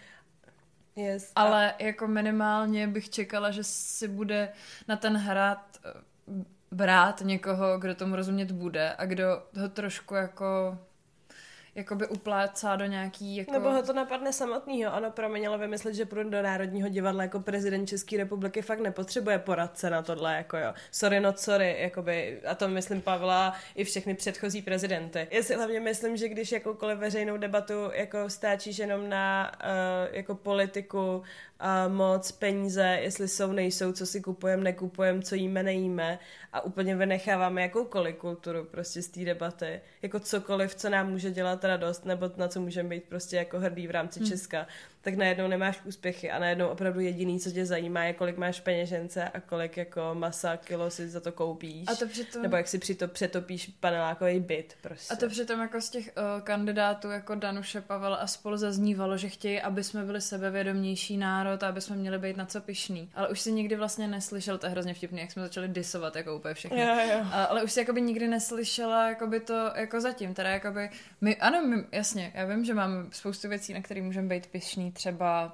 Speaker 2: Yes.
Speaker 1: Ale jako minimálně bych čekala, že si bude na ten hrát uh, brát někoho, kdo tomu rozumět bude a kdo ho trošku jako jakoby uplácá do nějaký jako...
Speaker 2: Nebo ho to napadne samotnýho. Ano, promiň, ale vymyslet, že půjdu do Národního divadla jako prezident České republiky, fakt nepotřebuje poradce na tohle, jako jo. Sorry, not sorry, jakoby, a to myslím Pavla i všechny předchozí prezidenty. Já si hlavně myslím, že když jakoukoliv veřejnou debatu jako stáčíš jenom na uh, jako politiku, a moc, peníze, jestli jsou, nejsou, co si kupujeme, nekupujeme, co jíme, nejíme a úplně vynecháváme jakoukoliv kulturu prostě z té debaty, jako cokoliv, co nám může dělat radost nebo na co můžeme být prostě jako hrdý v rámci hmm. Česka, tak najednou nemáš úspěchy a najednou opravdu jediný, co tě zajímá, je kolik máš peněžence a kolik jako masa, kilo si za to koupíš.
Speaker 1: A to přitom...
Speaker 2: Nebo jak si při to přetopíš panelákový byt prostě.
Speaker 1: A to přitom jako z těch uh, kandidátů jako Danuše, Pavel a spolu zaznívalo, že chtějí, aby jsme byli sebevědomější národ a aby jsme měli být na co pyšný. Ale už si nikdy vlastně neslyšel, to je hrozně vtipný, jak jsme začali disovat jako úplně všechny.
Speaker 2: Jo, jo.
Speaker 1: A, ale už si jakoby nikdy neslyšela jakoby to jako zatím, teda jakoby my, ano, my, jasně, já vím, že máme spoustu věcí, na které můžeme být pyšný, třeba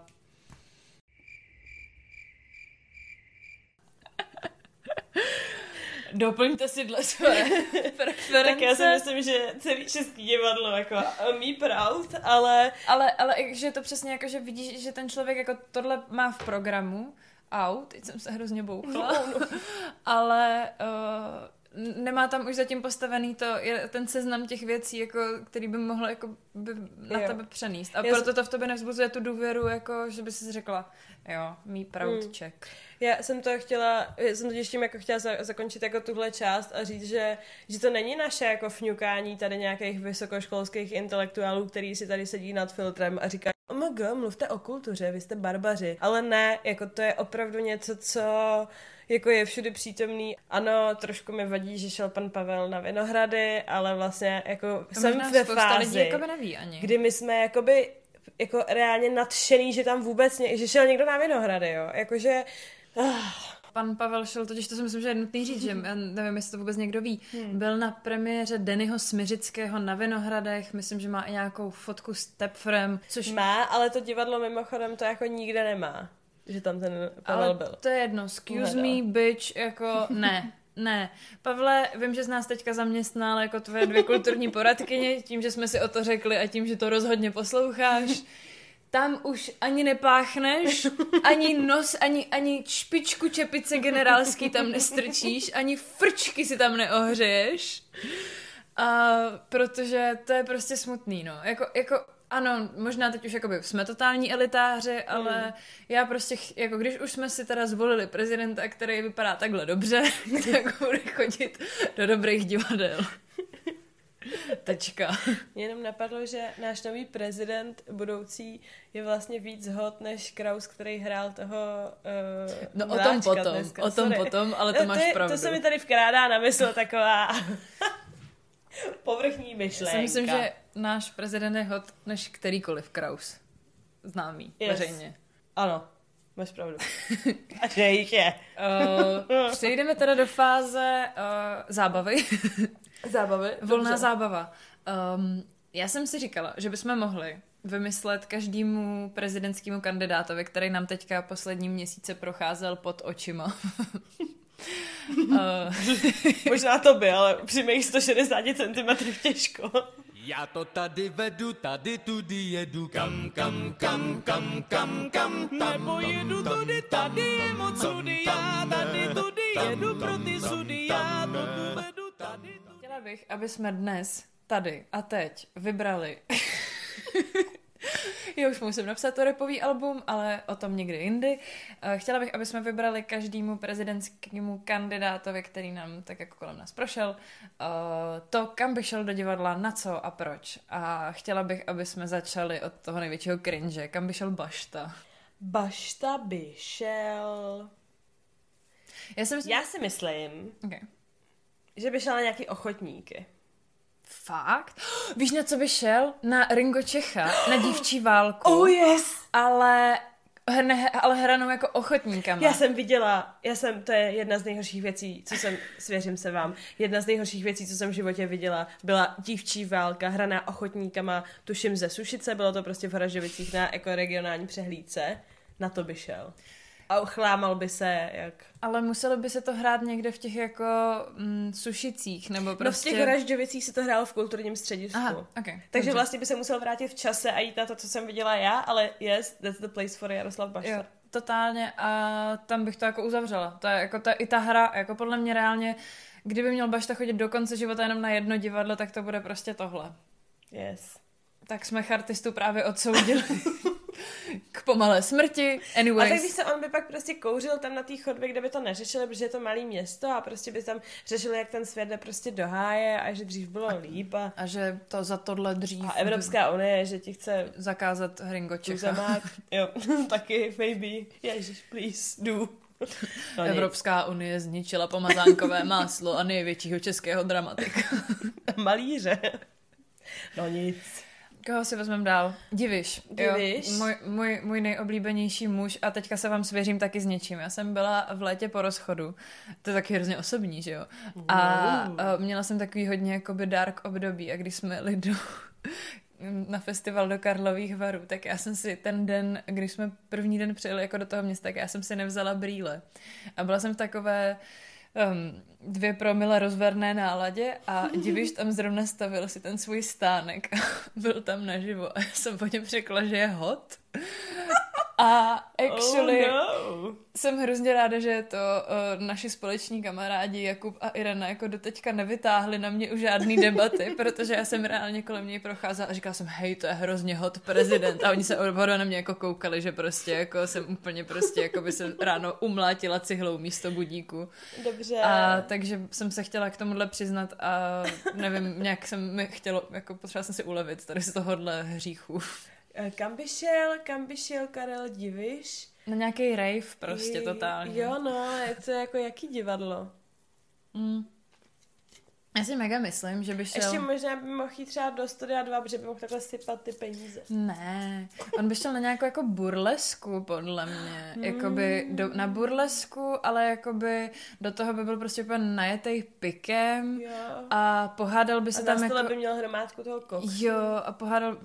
Speaker 1: doplňte si dle své preference.
Speaker 2: Tak já si myslím, že celý český divadlo jako me proud, ale...
Speaker 1: Ale, ale že je to přesně jako, že vidíš, že ten člověk jako tohle má v programu, out, teď jsem se hrozně bouchla,
Speaker 2: No, no.
Speaker 1: ale uh, nemá tam už zatím postavený to, je ten seznam těch věcí, jako, který by mohl jako, by na
Speaker 2: Jo.
Speaker 1: tebe přenést. A
Speaker 2: Já
Speaker 1: proto
Speaker 2: jsem-
Speaker 1: to v tobě nevzbuzuje tu důvěru, jako, že by si řekla, jo, me proud
Speaker 2: Mm.
Speaker 1: check.
Speaker 2: Já jsem to chtěla, já jsem totiž tím jako chtěla za, zakončit jako tuhle část a říct, že, že to není naše jako fňukání tady nějakých vysokoškolských intelektuálů, který si tady sedí nad filtrem a říkají, oh my god, mluvte o kultuře, vy jste barbaři. Ale ne, jako to je opravdu něco, co jako je všude přítomný. Ano, trošku mi vadí, že šel pan Pavel na Vinohrady, ale vlastně jako
Speaker 1: To
Speaker 2: jsem
Speaker 1: možná
Speaker 2: ve
Speaker 1: spousta lidí
Speaker 2: fázi,
Speaker 1: jakoby neví ani.
Speaker 2: kdy my jsme jakoby jako reálně nadšený, že tam vůbec, ně, že šel někdo na Vinohrady, jo. Jakože... Uh.
Speaker 1: Pan Pavel šel, totiž to si myslím, že je nutný říct, že já nevím, jestli to vůbec někdo ví. Hmm. Byl na premiéře Dennyho Smiřického na Vinohradech, myslím, že má i nějakou fotku stepfrem, což...
Speaker 2: Má, ale to divadlo mimochodem to jako nikde nemá, že tam ten Pavel
Speaker 1: ale byl. To je jedno, excuse me, bitch, jako ne. Ne. Pavle, vím, že jsi nás teďka zaměstnal jako tvoje dvě kulturní poradkyně, tím, že jsme si o to řekli a tím, že to rozhodně posloucháš. Tam už ani nepáchneš, ani nos, ani, ani špičku čepice generálský tam nestrčíš, ani frčky si tam neohřeješ. A protože to je prostě smutný, no. Jako, jako ano, možná teď už jakoby jsme totální elitáři, ale mm. já prostě, jako když už jsme si teda zvolili prezidenta, který vypadá takhle dobře, tak bude chodit do dobrých divadel. Tečka.
Speaker 2: Jenom napadlo, že náš nový prezident budoucí je vlastně víc hot než Kraus, který hrál toho uh,
Speaker 1: No o tom potom, dneska. o tom Sorry. potom, ale to, to máš
Speaker 2: je,
Speaker 1: pravdu.
Speaker 2: To se mi tady vkrádá na mysl taková povrchní myšlenka.
Speaker 1: Já myslím, že náš prezident je hot než kterýkoliv Kraus. Známý, yes. veřejně.
Speaker 2: Ano, máš pravdu. A že jich je.
Speaker 1: Uh, přejdeme teda do fáze uh, zábavy.
Speaker 2: Zábavy?
Speaker 1: Volná dobře. zábava. Um, já jsem si říkala, že bychom mohli vymyslet každému prezidentskému kandidátovi, který nám teďka poslední měsíce procházel pod očima. uh,
Speaker 2: Možná to by, ale při mých sto šedesát centimetrů těžko.
Speaker 5: Já to tady vedu, tady tudy jedu, kam, kam, kam, kam, kam, kam, nebo jedu tudy, tady je moc sudy, já tady tudy jedu pro ty sudy, já to tu vedu, tady.
Speaker 1: Chtěla bych, aby jsme dnes, tady a teď vybrali... Já už musím napsat to rapový album, ale o tom někdy jindy. Chtěla bych, aby jsme vybrali každému prezidentskému kandidátovi, který nám tak jako kolem nás prošel, to, kam by šel do divadla, na co a proč. A chtěla bych, aby jsme začali od toho největšího cringe, kam by šel Bašta.
Speaker 2: Bašta by šel...
Speaker 1: Já si myslím,
Speaker 2: Já si myslím
Speaker 1: okay.
Speaker 2: že by šel na nějaký ochotníky.
Speaker 1: Fakt? Víš, na co by šel? Na Ringo Čecha, na dívčí válku.
Speaker 2: Oh yes!
Speaker 1: Ale, ne, ale hranou jako ochotníkama.
Speaker 2: Já jsem viděla, já jsem, to je jedna z nejhorších věcí, co jsem, svěřím se vám, jedna z nejhorších věcí, co jsem v životě viděla, byla dívčí válka, hraná ochotníkama, tuším ze Sušice, bylo to prostě v Hražďovicích na ekoregionální přehlídce, na to by šel. A uchlámal by se, jak...
Speaker 1: Ale muselo by se to hrát někde v těch jako mm, Sušicích, nebo prostě...
Speaker 2: No v těch Hražďovicích se to hrálo v kulturním středisku.
Speaker 1: Aha, okay,
Speaker 2: takže
Speaker 1: dobře.
Speaker 2: vlastně by se musel vrátit v čase a jít na to, co jsem viděla já, ale yes, that's the place for Jaroslav Bašta.
Speaker 1: Jo, totálně a tam bych to jako uzavřela. To je jako ta, i ta hra, jako podle mě reálně, kdyby měl Bašta chodit do konce života jenom na jedno divadlo, tak to bude prostě tohle.
Speaker 2: Yes.
Speaker 1: Tak jsme chartistu právě odsoudili k pomalé smrti. Anyways.
Speaker 2: A tak když se on by pak prostě kouřil tam na té chodbě, kde by to neřešili, protože je to malé město a prostě by tam řešili, jak ten svět jde prostě do háje a že dřív bylo líp. A,
Speaker 1: a že to za tohle dřív...
Speaker 2: A Evropská unie, že ti chce...
Speaker 1: zakázat Ringo Čecha.
Speaker 2: Jo, taky, maybe. Ježiš, please, do.
Speaker 1: No Evropská nic. unie zničila pomazánkové máslo a největšího českého dramatika.
Speaker 2: Malíře. No nic.
Speaker 1: Koho si vezmeme dál? Diviš.
Speaker 2: Diviš.
Speaker 1: Jo, můj, můj, můj nejoblíbenější muž a teďka se vám svěřím taky s něčím. Já jsem byla v létě po rozchodu. To je taky hrozně osobní, že jo? A, a měla jsem takový hodně jakoby dark období a když jsme jeli do, na festival do Karlových Varů, tak já jsem si ten den, když jsme první den přijeli jako do toho města, tak já jsem si nevzala brýle. A byla jsem v takové... Um, dvě promile rozverné náladě a Diviš tam zrovna stavil si ten svůj stánek a byl tam naživo a já jsem po něm řekla, že je hot. A actually
Speaker 2: oh no.
Speaker 1: jsem hrozně ráda, že to uh, naši společní kamarádi Jakub a Irena jako doteďka nevytáhli na mě už žádný debaty, protože já jsem reálně kolem něj procházela a říkala jsem, hej, to je hrozně hot prezident a oni se oba na mě jako koukali, že prostě jako jsem úplně prostě jako by se ráno umlátila cihlou místo budíku.
Speaker 2: Dobře.
Speaker 1: A takže jsem se chtěla k tomuhle přiznat a nevím, nějak jsem mi chtělo, jako potřeba jsem si ulevit tady z tohohle hříchu.
Speaker 2: Kam by šel, kam by šel Karel Diviš?
Speaker 1: Na nějaký rave prostě totálně.
Speaker 2: Jo, no, je to jako jaký divadlo?
Speaker 1: Mm. Já si mega myslím, že by šel...
Speaker 2: Ještě možná by mohl jít třeba do Studia dva, protože by mohl takhle sypat ty peníze.
Speaker 1: Ne, on by šel na nějakou jako burlesku, podle mě. Hmm. Jakoby do, na burlesku, ale jakoby do toho by byl prostě úplně najetej pikem
Speaker 2: Jo.
Speaker 1: a pohádal by se
Speaker 2: A
Speaker 1: tam
Speaker 2: na
Speaker 1: jako...
Speaker 2: stole by měl hromádku toho koksu.
Speaker 1: Jo, a pohádal...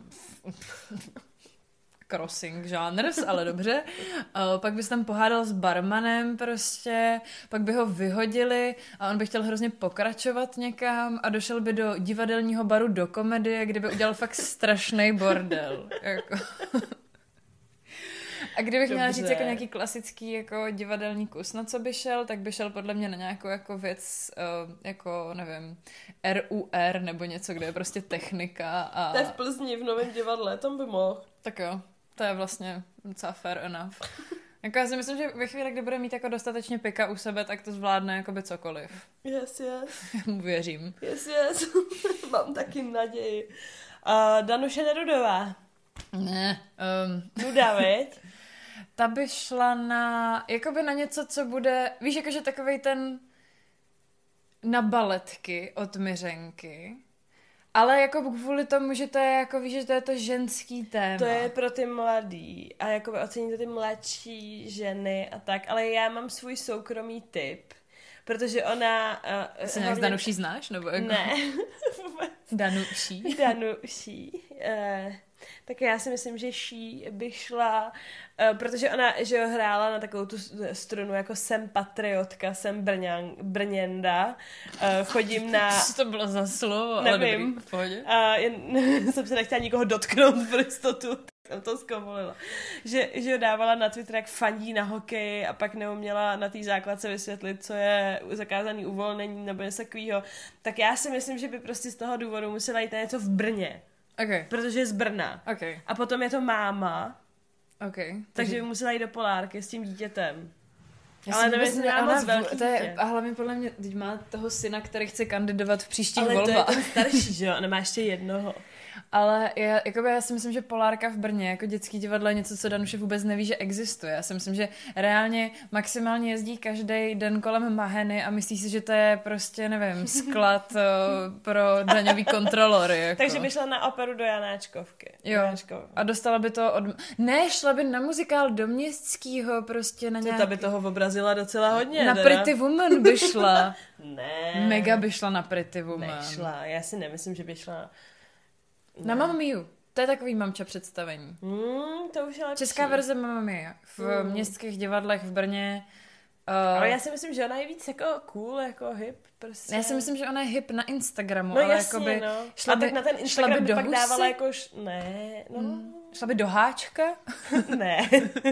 Speaker 1: Crossing genres, ale dobře. Uh, pak by se tam pohádal s barmanem prostě, pak by ho vyhodili a on by chtěl hrozně pokračovat někam a došel by do divadelního baru do komedie, kde by udělal fakt strašný bordel. Jako. A kdybych
Speaker 2: Dobře.
Speaker 1: měla říct jako nějaký klasický jako divadelní kus, na co by šel, tak by šel podle mě na nějakou jako věc, uh, jako nevím, R U R nebo něco, kde je prostě technika a...
Speaker 2: To je v Plzni v Novém divadle, tam by mohl.
Speaker 1: Tak jo, to je vlastně docela fair enough. Jako já si myslím, že ve chvíli, kdy bude mít jako dostatečně pika u sebe, tak to zvládne jakoby cokoliv.
Speaker 2: Yes, yes.
Speaker 1: Já mu věřím.
Speaker 2: Yes, yes. Mám taky naději. Uh, Danuše Nerudová.
Speaker 1: Ne. Um,
Speaker 2: Nuda, veď?
Speaker 1: ta by šla na, jakoby na něco, co bude, víš, jakože takovej ten na baletky od Myřenky, ale jako kvůli tomu, že to je jako, víš, že to je to ženský téma.
Speaker 2: To je pro ty mladý a jakoby oceníte ty mladší ženy a tak, ale já mám svůj soukromý tip, protože ona... Uh,
Speaker 1: Jsi nějak s Danuší znáš? Nebo jako...
Speaker 2: Ne.
Speaker 1: Danuší?
Speaker 2: Danuší. Uh, tak já si myslím, že ší by šla, uh, protože ona, že jo, hrála na takovou tu strunu jako jsem patriotka, jsem brňan, brněnda, uh, chodím na...
Speaker 1: Co to bylo za slovo? Ale
Speaker 2: Nevím.
Speaker 1: dobrý, v pohodě.
Speaker 2: A jen jsem se nechtěla nikoho dotknout pro jistotu, tak jsem to zkomolila. Že, že ho dávala na Twitter, jak fandí na hokej a pak neuměla na té základce vysvětlit, co je zakázaný uvolnění nebo něco takového. Tak já si myslím, že by prostě z toho důvodu musela jít na něco v Brně.
Speaker 1: Okay.
Speaker 2: Protože je z Brna.
Speaker 1: Okay.
Speaker 2: A potom je to máma,
Speaker 1: Okay.
Speaker 2: takže by musela jít do Polárky s tím dítětem.
Speaker 1: Já
Speaker 2: Ale
Speaker 1: si
Speaker 2: nevím,
Speaker 1: vůbec
Speaker 2: jestli má
Speaker 1: ona
Speaker 2: moc
Speaker 1: v-
Speaker 2: velký
Speaker 1: to je,
Speaker 2: dítě.
Speaker 1: a hlavně podle mě, teď má toho syna, který chce kandidovat v příštích
Speaker 2: Ale to je
Speaker 1: volbách.
Speaker 2: ten starší, že jo? Ona má ještě jednoho.
Speaker 1: Ale já, jakoby já si myslím, že Polárka v Brně jako dětský divadlo je něco, co Danuše vůbec neví, že existuje. Já si myslím, že reálně maximálně jezdí každý den kolem Maheny a myslí si, že to je prostě, nevím, sklad uh, pro daňový kontrolory. Jako.
Speaker 2: Takže by šla na operu do Janáčkovky.
Speaker 1: Jo.
Speaker 2: Janáčkov.
Speaker 1: A dostala by to od... Ne, šla by na muzikál do Městskýho, prostě na nějaký...
Speaker 2: Ta by toho obrazila docela hodně.
Speaker 1: Na
Speaker 2: teda.
Speaker 1: Pretty Woman by šla.
Speaker 2: Ne.
Speaker 1: Mega by šla na Pretty Woman.
Speaker 2: Nešla. Já si nemyslím, že by šla.
Speaker 1: Na Mamma Miu. To je takový mamča představení.
Speaker 2: Hmm, to už je lepší.
Speaker 1: Česká verze Mamma Mia. V
Speaker 2: Mm.
Speaker 1: městských divadlech v Brně. Uh,
Speaker 2: Ale já si myslím, že ona je víc jako cool, jako hip. Prostě.
Speaker 1: já si myslím, že ona je hip na Instagramu,
Speaker 2: No
Speaker 1: ale
Speaker 2: jasně,
Speaker 1: jakoby
Speaker 2: no.
Speaker 1: šla
Speaker 2: A
Speaker 1: by,
Speaker 2: tak na ten
Speaker 1: šla
Speaker 2: Instagram
Speaker 1: by
Speaker 2: by
Speaker 1: do
Speaker 2: pak
Speaker 1: husy?
Speaker 2: dávala jako... Š... Ne, no.
Speaker 1: Mm. Šla by do háčka?
Speaker 2: ne.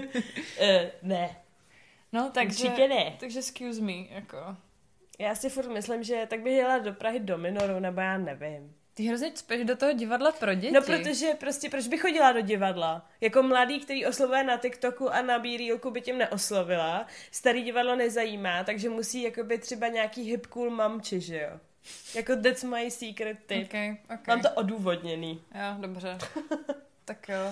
Speaker 2: uh, ne.
Speaker 1: No, takže...
Speaker 2: Určitě ne.
Speaker 1: Takže excuse me, jako...
Speaker 2: Já si furt myslím, že tak bych jela do Prahy do Minoru, nebo já nevím.
Speaker 1: Ty hrozně cpeš do toho divadla pro děti.
Speaker 2: No protože prostě, proč bych chodila do divadla? Jako mladý, který oslovuje na TikToku a na B-Reelku by tím neoslovila. Starý divadlo nezajímá, takže musí jakoby třeba nějaký hip cool mamči, že jo? Jako that's my secret tip.
Speaker 1: Okay, okay.
Speaker 2: Mám to odůvodněný.
Speaker 1: Jo, dobře. Tak jo.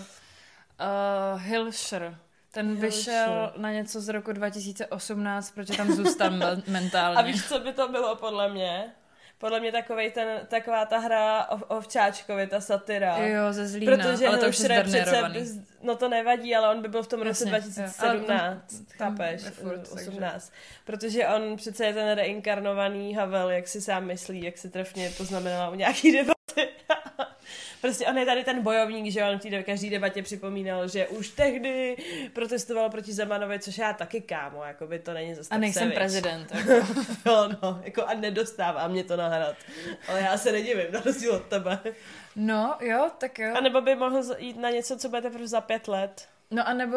Speaker 1: Uh, Hilšer. Ten
Speaker 2: Hilšer.
Speaker 1: vyšel na něco z roku dva tisíce osmnáct, protože tam zůstal me- mentálně.
Speaker 2: A víš, co by to bylo podle mě? Podle mě takovej ten, taková ta hra o, o včáčkovi, ta satira.
Speaker 1: Jo, ze Zlína,
Speaker 2: Protože
Speaker 1: ale to už je
Speaker 2: Hilšer je
Speaker 1: zdernérovaný.
Speaker 2: přece, no to nevadí, ale on by byl v tom roce
Speaker 1: Jasně,
Speaker 2: dva tisíce
Speaker 1: jo. Ale
Speaker 2: sedmnáct,
Speaker 1: tam- tam
Speaker 2: chápeš,
Speaker 1: je furt,
Speaker 2: osmnáct. Protože on přece je ten reinkarnovaný Havel, jak si sám myslí, jak si trefně poznamenala u nějaký debaty. Prostě on je tady ten bojovník, že on v té každý debatě připomínal, že už tehdy protestoval proti Zemanovi, což já taky, kámo, jako by to není zase
Speaker 1: A
Speaker 2: tak
Speaker 1: nejsem
Speaker 2: sevič.
Speaker 1: prezident. Jako.
Speaker 2: No, no, jako a nedostává mě to na hrad. Ale já se nedivím, na rozdíl od tebe.
Speaker 1: No, jo, tak jo.
Speaker 2: A nebo by mohl jít na něco, co bude teprve za pět let.
Speaker 1: No a nebo,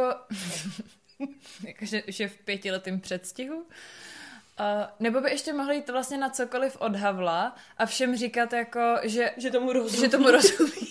Speaker 1: jakože že v pětiletém předstihu. Uh, nebo by ještě mohli jít vlastně na cokoliv od Havla a všem říkat jako, že,
Speaker 2: Že tomu rozumí.
Speaker 1: že tomu rozumí.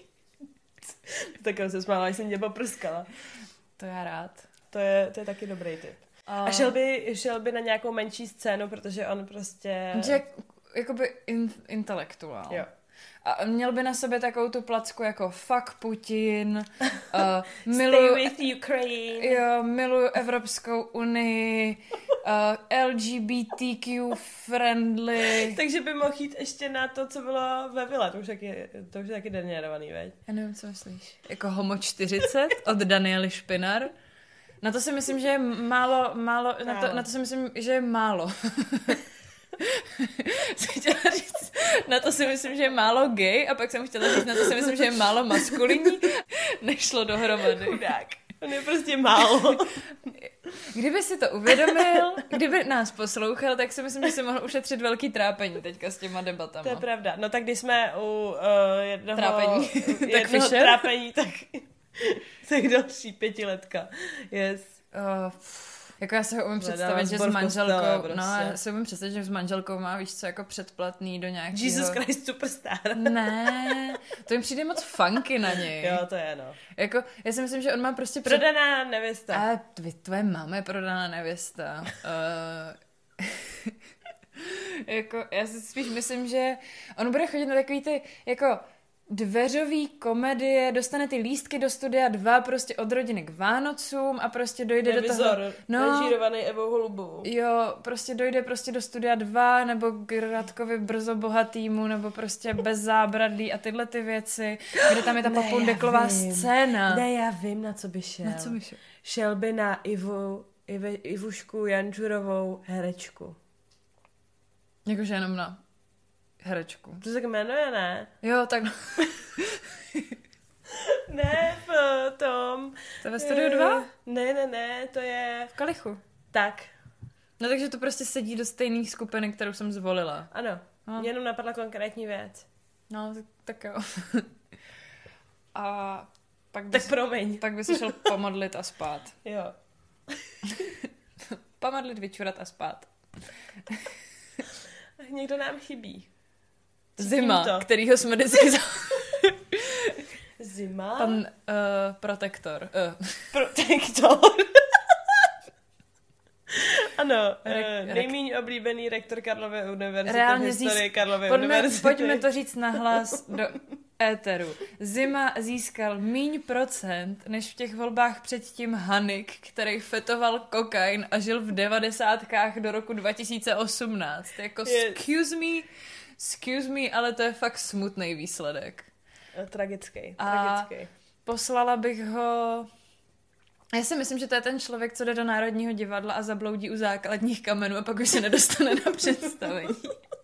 Speaker 2: Tak se smála, jsem tě poprskala.
Speaker 1: To já rád.
Speaker 2: To je, to je taky dobrý tip. A šel by, šel by na nějakou menší scénu, protože on prostě...
Speaker 1: Že jakoby in, intelektuál.
Speaker 2: Jo.
Speaker 1: A měl by na sobě takovou tu placku jako fuck Putin, uh,
Speaker 2: Stay
Speaker 1: miluju,
Speaker 2: with Ukraine.
Speaker 1: jo, miluju Evropskou unii, L G B T Q friendly.
Speaker 2: Takže by mohl jít ještě na to, co bylo ve Vile. To už taky, to už je taky denerovaný, veď?
Speaker 1: Já nevím, co myslíš. Jako Homo čtyřicet od Daniely Špinar. Na to si myslím, že je málo, málo, na to, na to si myslím, že je málo. chtěla říct, na to si myslím, že je málo gay a pak jsem chtěla říct, na to si myslím, že je málo maskulinní. Nešlo dohromady.
Speaker 2: Tak. On je prostě málo.
Speaker 1: Kdyby si to uvědomil, kdyby nás poslouchal, tak si myslím, že si mohl ušetřit velký trápení teďka s těma debatama.
Speaker 2: To je pravda. No tak když jsme u uh, jednoho,
Speaker 1: trápení,
Speaker 2: jednoho
Speaker 1: tak
Speaker 2: trápení, tak, tak další pětiletka. Yes.
Speaker 1: Uh, jako já se ho umím představit, že s manželkou,
Speaker 2: postele, prostě.
Speaker 1: no já se umím představit, že s manželkou má, víš co, jako předplatný do nějakého...
Speaker 2: Jesus Christ Superstar.
Speaker 1: Ne, to mi přijde moc funky na něj.
Speaker 2: Jo, to je, no.
Speaker 1: Jako, já si myslím, že on má prostě... Před...
Speaker 2: Prodaná nevěsta.
Speaker 1: A tvoje, tvoje máma je prodaná nevěsta. Uh... jako, já si spíš myslím, že on bude chodit na takový ty, jako... dveřový komedie, dostane ty lístky do Studia dva prostě od rodiny k Vánocům a prostě dojde
Speaker 2: Revizor,
Speaker 1: do toho... No,
Speaker 2: režírovaný Evou Holubovou.
Speaker 1: jo, prostě dojde prostě do Studia dva nebo k Radkovi Brzo bohatýmu nebo prostě bez zábradlí a tyhle ty věci, kde tam je ta papundeklová scéna.
Speaker 2: Ne, já vím, na co by šel.
Speaker 1: Na co by šel?
Speaker 2: Šel by na Ivu, Ive, Ivušku Jančurovou herečku.
Speaker 1: Jakože jenom na herečku.
Speaker 2: To se tak jmenuje, ne?
Speaker 1: Jo, tak...
Speaker 2: Ne, v tom...
Speaker 1: To je ve Studiu dva?
Speaker 2: Ne, ne, ne, to je...
Speaker 1: V Kalichu.
Speaker 2: Tak.
Speaker 1: No takže to prostě sedí do stejné skupiny, kterou jsem zvolila.
Speaker 2: Ano,
Speaker 1: no.
Speaker 2: Mě jenom napadla konkrétní věc.
Speaker 1: No, tak, tak jo. A pak
Speaker 2: Tak
Speaker 1: bys,
Speaker 2: promiň.
Speaker 1: pak by se šel pomodlit a spát.
Speaker 2: Jo.
Speaker 1: Pomodlit, vyčurat a spát.
Speaker 2: Někdo nám chybí.
Speaker 1: Zima,
Speaker 2: to.
Speaker 1: kterýho jsme vždycky za...
Speaker 2: Zima?
Speaker 1: Pan uh, protektor. Uh.
Speaker 2: Protektor. Ano,
Speaker 1: Re-
Speaker 2: uh, nejméně oblíbený rektor Karlovy univerzity
Speaker 1: Reálně
Speaker 2: v historii
Speaker 1: zís...
Speaker 2: Karlovy
Speaker 1: pojďme,
Speaker 2: univerzity.
Speaker 1: pojďme to říct nahlas do éteru. Zima získal míň procent, než v těch volbách předtím Hanik, který fetoval kokain a žil v devadesátkách do roku dva tisíce osmnáct. Jako
Speaker 2: Yes.
Speaker 1: excuse me, excuse me, ale to je fakt smutný výsledek.
Speaker 2: Tragický,
Speaker 1: A
Speaker 2: tragický.
Speaker 1: poslala bych ho... Já si myslím, že to je ten člověk, co jde do Národního divadla a zabloudí u základních kamenů a pak už se nedostane na představení.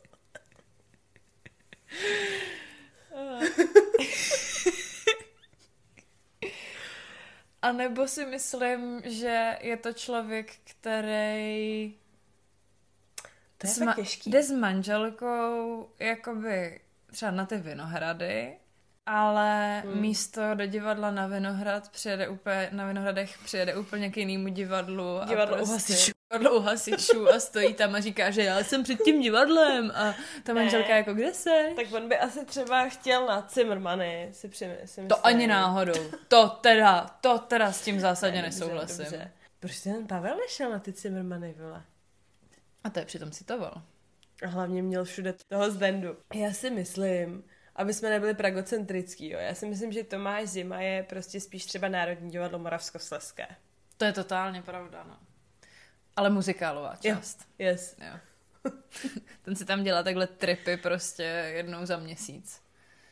Speaker 1: A nebo si myslím, že je to člověk, který
Speaker 2: To je
Speaker 1: s
Speaker 2: fakt
Speaker 1: ma-
Speaker 2: těžký.
Speaker 1: jde s manželkou jakoby třeba na ty Vinohrady, ale hmm. místo do divadla na Vinohrad přijede úplně, na Vinohradech přijede úplně k jinému divadlu.
Speaker 2: Divadlo
Speaker 1: a
Speaker 2: u
Speaker 1: prostě,
Speaker 2: hasičů.
Speaker 1: Divadlo u hasičů a stojí tam a říká, že já jsem před tím divadlem a ta manželka
Speaker 2: Ne.
Speaker 1: jako, kde seš?
Speaker 2: Tak on by asi třeba chtěl na Zimmermany, si přimyslím.
Speaker 1: To ani náhodou. To teda, to teda s tím zásadně
Speaker 2: Ne,
Speaker 1: nesouhlasím.
Speaker 2: dobře, dobře. Proč ten Pavel nešel na ty Zimmermany, vole?
Speaker 1: A to je přitom citoval.
Speaker 2: A hlavně měl všude toho Zdendu. Já si myslím, aby jsme nebyli pragocentrický, jo. Já si myslím, že Tomáš Zima je prostě spíš třeba Národní divadlo Moravskoslezské.
Speaker 1: To je totálně pravda, no. Ale muzikálová část.
Speaker 2: Yes.
Speaker 1: Jo. Ten si tam dělá takhle tripy prostě jednou za měsíc.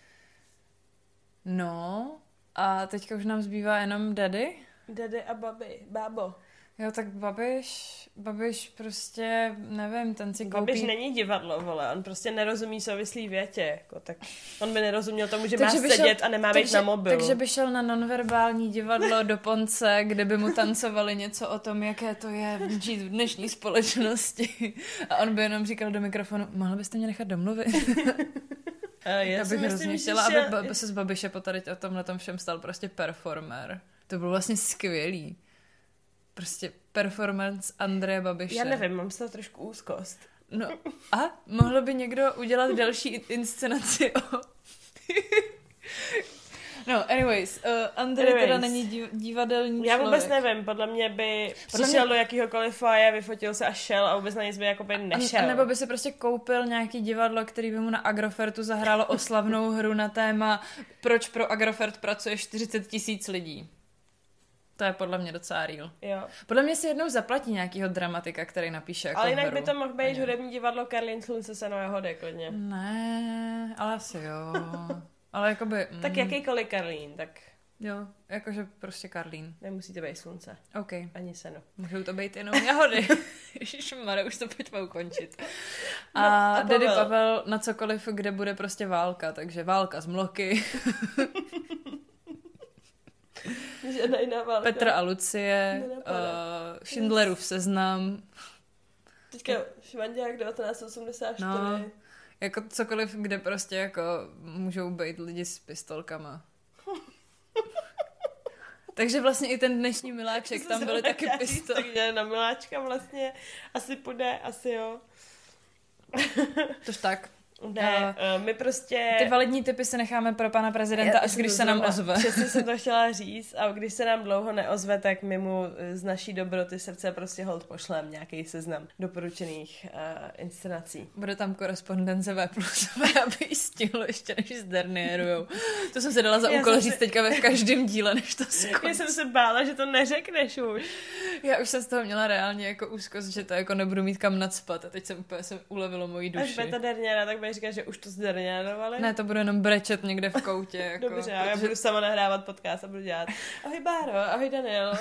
Speaker 1: No, a teďka už nám zbývá jenom Daddy.
Speaker 2: Daddy a babi, bábo.
Speaker 1: Jo, tak Babiš, Babiš prostě, nevím, ten si koupí...
Speaker 2: Babiš není divadlo, vole, on prostě nerozumí souvislý větě, jako, tak on by nerozuměl tomu, že
Speaker 1: Takže
Speaker 2: má
Speaker 1: by šel-
Speaker 2: sedět a nemá být
Speaker 1: takže,
Speaker 2: na mobilu.
Speaker 1: Takže by šel na nonverbální divadlo do Ponce, kde by mu tancovali něco o tom, jaké to je žít v dnešní společnosti. A on by jenom říkal do mikrofonu, mohla byste mě nechat domluvit?
Speaker 2: Uh, já,
Speaker 1: Já
Speaker 2: si
Speaker 1: bych
Speaker 2: myslím,
Speaker 1: hrozně
Speaker 2: že
Speaker 1: chtěla,
Speaker 2: šel-
Speaker 1: aby, aby se z Babiše po tady o tomhle tom všem stal prostě performer. To bylo vlastně skvělý. Prostě performance Andreje Babiše.
Speaker 2: Já nevím, mám z toho trošku úzkost.
Speaker 1: No a mohl by někdo udělat další inscenaci o... No, anyways, uh, Andrej
Speaker 2: Anyways.
Speaker 1: teda není div- divadelní
Speaker 2: Já
Speaker 1: člověk.
Speaker 2: vůbec nevím, podle mě by
Speaker 1: Podle
Speaker 2: přišel
Speaker 1: mě-
Speaker 2: do jakýhokoliv foaje, vyfotil se a šel a vůbec na nic by jakoby nešel.
Speaker 1: A, a nebo by si prostě koupil nějaký divadlo, který by mu na Agrofertu zahrálo oslavnou hru na téma proč pro Agrofert pracuje čtyřicet tisíc lidí. To je podle mě docela real.
Speaker 2: Jo.
Speaker 1: Podle mě si jednou zaplatí nějakýho dramatika, který napíše jako
Speaker 2: Ale jinak
Speaker 1: hru.
Speaker 2: by to mohl být hudební divadlo Karlín Slunce Seno a hody, klidně.
Speaker 1: Ne, ale asi jo. Ale jakoby... Mm,
Speaker 2: Tak jakýkoliv Karlín, tak
Speaker 1: jo, jakože prostě Karlín.
Speaker 2: nemusí to být slunce.
Speaker 1: OK.
Speaker 2: Ani seno.
Speaker 1: Můžou to být jenom jahody. Ježišmarja, už to pojďme ukončit. A,
Speaker 2: No, a
Speaker 1: Daddy
Speaker 2: Pavel?
Speaker 1: Pavel na cokoliv, kde bude prostě válka, takže válka z Mloky,
Speaker 2: Žádná jiná válka.
Speaker 1: Petr a Lucie,
Speaker 2: Nenapadá.
Speaker 1: uh, Schindlerův seznam,
Speaker 2: Teďka Švanďák devatenáct osmdesát čtyři.
Speaker 1: No. jako cokoliv, kde prostě jako můžou být lidi s pistolkama. Takže vlastně i ten dnešní miláček, tam byly taky pistole.
Speaker 2: Takže na miláčka vlastně asi půjde, asi jo.
Speaker 1: Tož tak.
Speaker 2: Ne, uh, my prostě...
Speaker 1: Ty validní typy si necháme pro pana prezidenta,
Speaker 2: Já
Speaker 1: až
Speaker 2: jsem
Speaker 1: když se nám
Speaker 2: zrovna-
Speaker 1: ozve.
Speaker 2: Přesně jsem to chtěla říct a když se nám dlouho neozve, tak my mu z naší dobroty srdce prostě hold pošlem nějaký seznam doporučených uh, inscenací.
Speaker 1: Bude tam korespondence V plus, aby jí stihlo ještě než zdernérujou. To jsem se dala za
Speaker 2: Já
Speaker 1: úkol
Speaker 2: jsem
Speaker 1: říct
Speaker 2: si-
Speaker 1: teďka ve v každém díle, než to skončí.
Speaker 2: Já jsem se bála, že to neřekneš už.
Speaker 1: Já už jsem z toho měla reálně jako úzkost, že to jako nebudu mít kam nadspat a teď jsem úplně se ulevilo mojí
Speaker 2: Až
Speaker 1: duši.
Speaker 2: bude ta derněra, tak budeš říkat, že už to zderněrovali.
Speaker 1: Ne, to budu jenom brečet někde v koutě. Jako,
Speaker 2: Dobře, a já
Speaker 1: protože-
Speaker 2: budu sama nahrávat podcast a budu dělat ahoj Báro, ahoj Daniel.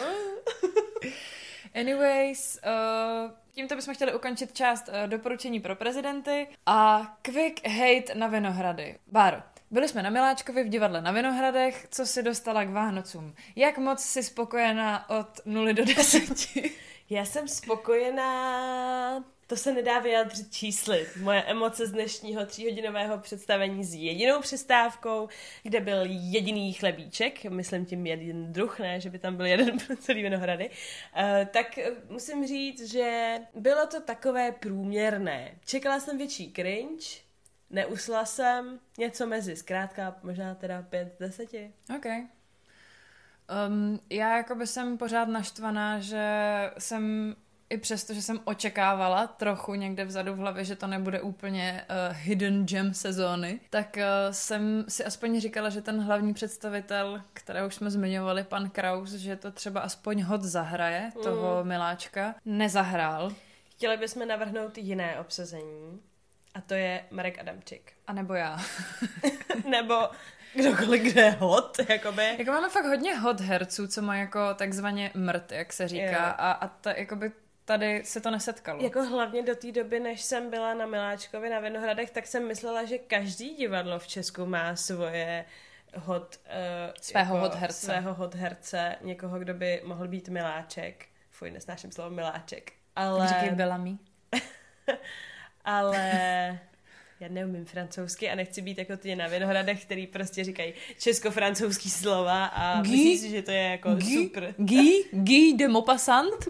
Speaker 1: Anyways, uh, tímto bychom chtěli ukončit část uh, doporučení pro prezidenty a quick hate na Vinohrady. Báro, byli jsme na Miláčkovi v divadle na Vinohradech, co si dostala k Vánocům? Jak moc jsi spokojená od nuly do deseti?
Speaker 2: Já jsem spokojená, to se nedá vyjádřit čísly. Moje emoce z dnešního tříhodinového představení s jedinou přestávkou, kde byl jediný chlebíček, myslím tím jeden druh, ne, že by tam byl jeden pro celý Vinohrady, uh, tak musím říct, že bylo to takové průměrné. Čekala jsem větší cringe, neusla jsem něco mezi, zkrátka možná teda pět z deseti.
Speaker 1: OK. Um, já jakoby jsem pořád naštvaná, že jsem i přesto, že jsem očekávala trochu někde vzadu v hlavě, že to nebude úplně uh, hidden gem sezóny, tak uh, jsem si aspoň říkala, že ten hlavní představitel, kterého už jsme zmiňovali, pan Kraus, že to třeba aspoň hod zahraje, toho miláčka, nezahrál.
Speaker 2: Chtěli bychom navrhnout jiné obsazení, a to je Marek Adamčík.
Speaker 1: A nebo já.
Speaker 2: Nebo kdokoliv, kdo je hot, jakoby.
Speaker 1: Jako máme fakt hodně hot herců, co má jako takzvaně mrt, jak se říká,
Speaker 2: Jo.
Speaker 1: a, a ta, jakoby tady se to nesetkalo.
Speaker 2: Jako hlavně do té doby, než jsem byla na Miláčkovi na Vinohradech, tak jsem myslela, že každý divadlo v Česku má svoje hot... Uh,
Speaker 1: Svého hot herce.
Speaker 2: Svého hot herce, někoho, kdo by mohl být Miláček. Fuj, nesnáším slovo Miláček. Ale...
Speaker 1: Říkej Bellamy.
Speaker 2: ale... Já neumím francouzsky a nechci být jako ty na Vinohradech, který prostě říkají česko-francouzský slova a
Speaker 1: Guy?
Speaker 2: myslí si, že to je jako
Speaker 1: Guy?
Speaker 2: super.
Speaker 1: Guy? Guy de Maupassant?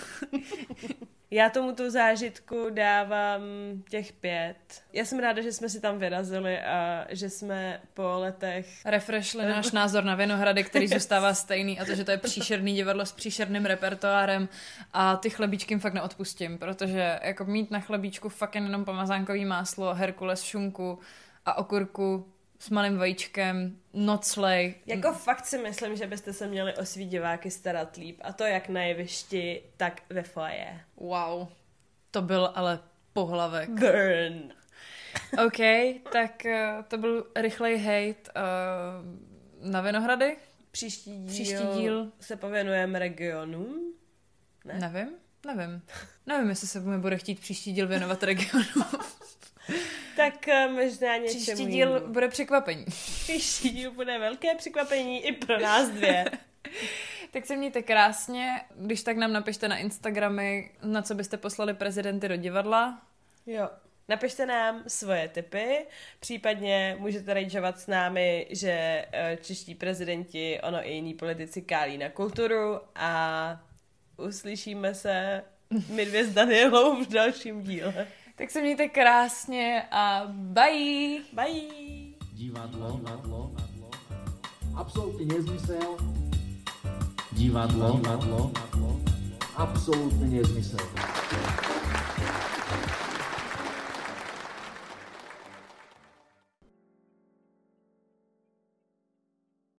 Speaker 2: Já tomu tu zážitku dávám těch pět. Já jsem ráda, že jsme si tam vyrazili a že jsme po letech...
Speaker 1: Refreshli náš názor na Vinohrady, který zůstává stejný, a to, že to je příšerný divadlo s příšerným repertoárem a ty chlebíčky jim fakt neodpustím, protože jako mít na chlebíčku fakt jenom pomazánkový máslo, herkules, šunku a okurku s malým vajíčkem, noclej.
Speaker 2: Jako fakt si myslím, že byste se měli o svý diváky starat líp. A to jak na jevišti, tak ve foyer.
Speaker 1: Wow. To byl ale pohlavek.
Speaker 2: Burn.
Speaker 1: OK, tak uh, to byl rychlej hate uh, na Vinohrady.
Speaker 2: Příští díl,
Speaker 1: Příští díl.
Speaker 2: se pověnujeme regionům. Ne?
Speaker 1: Nevím, nevím. Nevím, jestli se mi bude chtít příští díl věnovat regionu.
Speaker 2: Tak uh, možná něčemu
Speaker 1: Příští díl
Speaker 2: jinému.
Speaker 1: bude překvapení.
Speaker 2: Příští díl bude velké překvapení i pro nás dvě.
Speaker 1: Tak se mějte krásně. Když tak nám napište na Instagramy, na co byste poslali prezidenty do divadla.
Speaker 2: Jo. Napište nám svoje tipy, případně můžete rageovat s námi, že eh, čeští prezidenti, ono i jiní politici kálí na kulturu a uslyšíme se my dvě s Danielou v dalším díle.
Speaker 1: Tak se mějte krásně a bye!
Speaker 2: Bye!
Speaker 3: Divadlo, divadlo, absolutně nezmysel. Divadlo, divadlo, absolutně nezmysel.